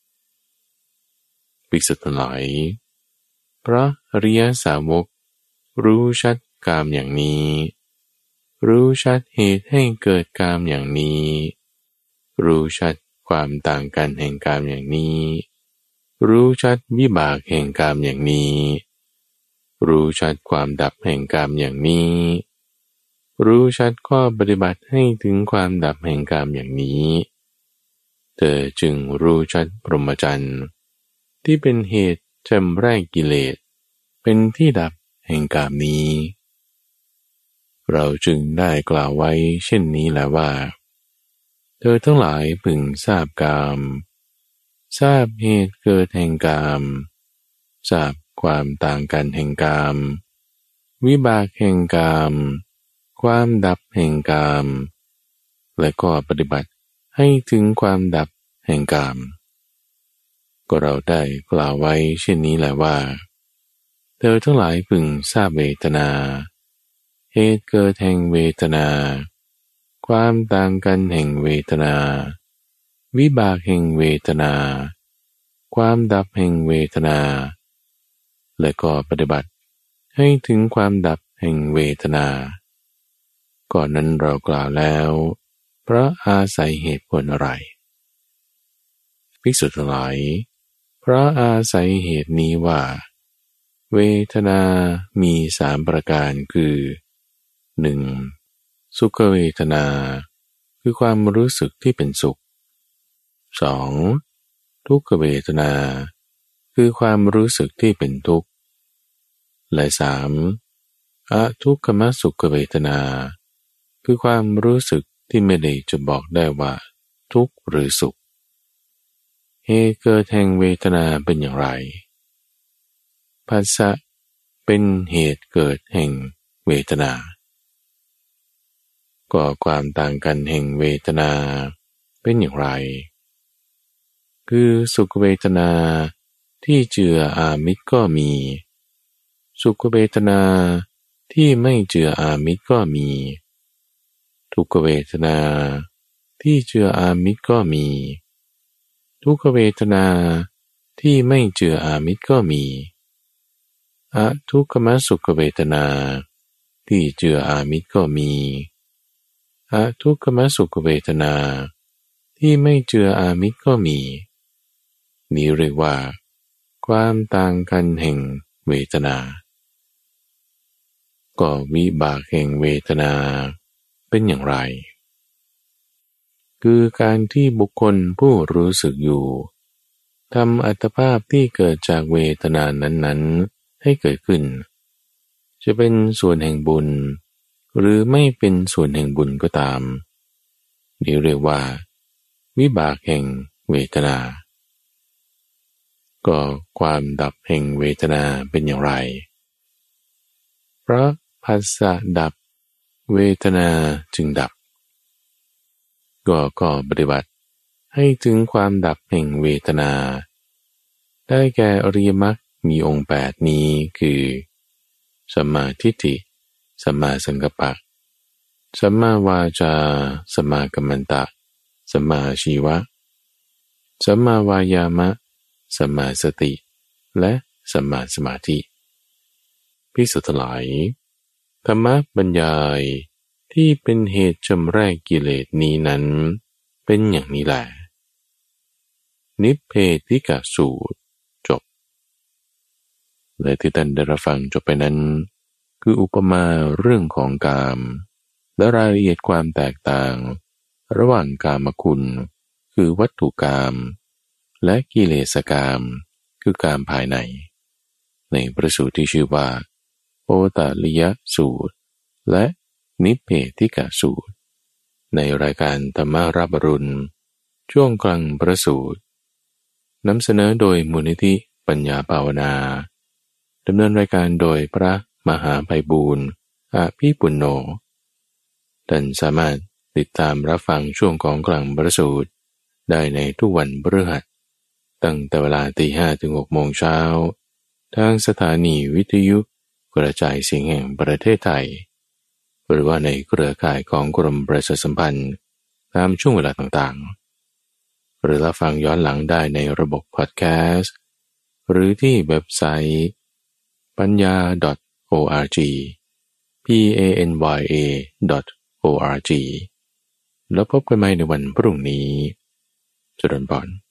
ภิกษุทั้งหลายเพราะอริยสาวกรู้ชัดกามอย่างนี้รู้ชัดเหตุให้เกิดกามอย่างนี้รู้ชัดความต่างกันแห่งกามอย่างนี้รู้ชัดวิบากแห่งกามอย่างนี้รู้ชัดความดับแห่งกามอย่างนี้รู้ชัดข้อปฏิบัติให้ถึงความดับแห่งกามอย่างนี้เธอจึงรู้ชัดพรหมจรรย์ที่เป็นเหตุชำระกิเลสเป็นที่ดับแห่งกามนี้เราจึงได้กล่าวไว้เช่นนี้แหละว่าเธอทั้งหลายพึงทราบกามทราบเหตุเกิดแห่งกามทราบความต่างกันแห่งกามวิบากแห่งกามความดับแห่งกามและก็ปฏิบัติให้ถึงความดับแห่งกามก็เราได้กล่าวไว้เช่นนี้แหละว่าเธอทั้งหลายพึงทราบเวทนาเหตุเกิดแห่งเวทนาความต่างกันแห่งเวทนาวิบากแห่งเวทนาความดับแห่งเวทนาและก็ปฏิบัติให้ถึงความดับแห่งเวทนาก่อนนั้นเรากล่าวแล้วเพราะอาศัยเหตุผลอะไรภิกษุทั้งหลายเพราะอาศัยเหตุนี้ว่าเวทนามี3ประการคือ 1. สุขเวทนาคือความรู้สึกที่เป็นสุข 2. ทุกขเวทนาคือความรู้สึกที่เป็นทุกข์และ 3. อทุกขมสุขเวทนาคือความรู้สึกที่ไม่ได้จะบอกได้ว่าทุกข์หรือสุขเหตุเกิดแห่งเวทนาเป็นอย่างไรผัสสะเป็นเหตุเกิดแห่งเวทนาก็ความต่างกันแห่งเวทนาเป็นอย่างไรคือสุขเวทนาที่เจืออามิตรก็มีสุขเวทนาที่ไม่เจืออามิตรก็มีทุกขเวทนาที่เจืออามิตรก็มีทุกขเวทนาที่ไม่เจืออามิตรก็มีอทุกขมสุขเวทนาที่เจืออามิตรก็มีอทุกขมสุขเวทนาที่ไม่เจืออามิตรก็มีนี้เรียกว่าความต่างกันแห่งเวทนาก็วิบากแห่งเวทนาเป็นอย่างไรคือการที่บุคคลผู้รู้สึกอยู่ทำอัตภาพที่เกิดจากเวทนานั้นๆให้เกิดขึ้นจะเป็นส่วนแห่งบุญหรือไม่เป็นส่วนแห่งบุญก็ตามนี่เรียกว่าวิบากแห่งเวทนาก็ความดับแห่งเวทนาเป็นอย่างไรเพราะผัสสะดับเวทนาจึงดับก็ปฏิบัติให้ถึงความดับแห่งเวทนาได้แก่อริยมรรคมีองค์8นี้คือสัมมาทิฏฐิสัมมาสังกัปปะสัมมาวาจาสัมมากัมมันตะสัมมาอาชีวะสัมมาวายามะสัมมาสติและสัมมาสมาธิภิกษุทั้งหลายธรรมบรรยายที่เป็นเหตุชำระกิเลสนี้นั้นเป็นอย่างนี้แหละนิพเพธิกสูตรจบและที่ท่านได้รับฟังจบไปนั้นคืออุปมาเรื่องของกามและรายละเอียดความแตกต่างระหว่างกามคุณคือวัตถุกามและกิเลสกามคือกามภายในในพระสูตรที่ชื่อว่าโอตลิยสูตรและนิพเพธิกสูตรในรายการธรรมารับอรุณช่วงกลางพระสูตรนำเสนอโดยมูลนิธิปัญญาภาวนาดำเนินรายการโดยพระมหาไพบูลย์อภิปุณโญท่านสามารถติดตามรับฟังช่วงของกลางพระสูตรได้ในทุกวันพฤหัสตั้งแต่เวลา 5:00 ถึง 6:00 น.ทางสถานีวิทยุกระจายเสียงแห่งประเทศไทยหรือว่าในเครือข่ายของกรมประชาสัมพันธ์ตามช่วงเวลาต่างๆหรือรับฟังย้อนหลังได้ในระบบพอดแคสต์หรือที่เว็บไซต์ปัญญา .org panya.org แล้วพบกันใหม่ในวันพรุ่งนี้เจริญพร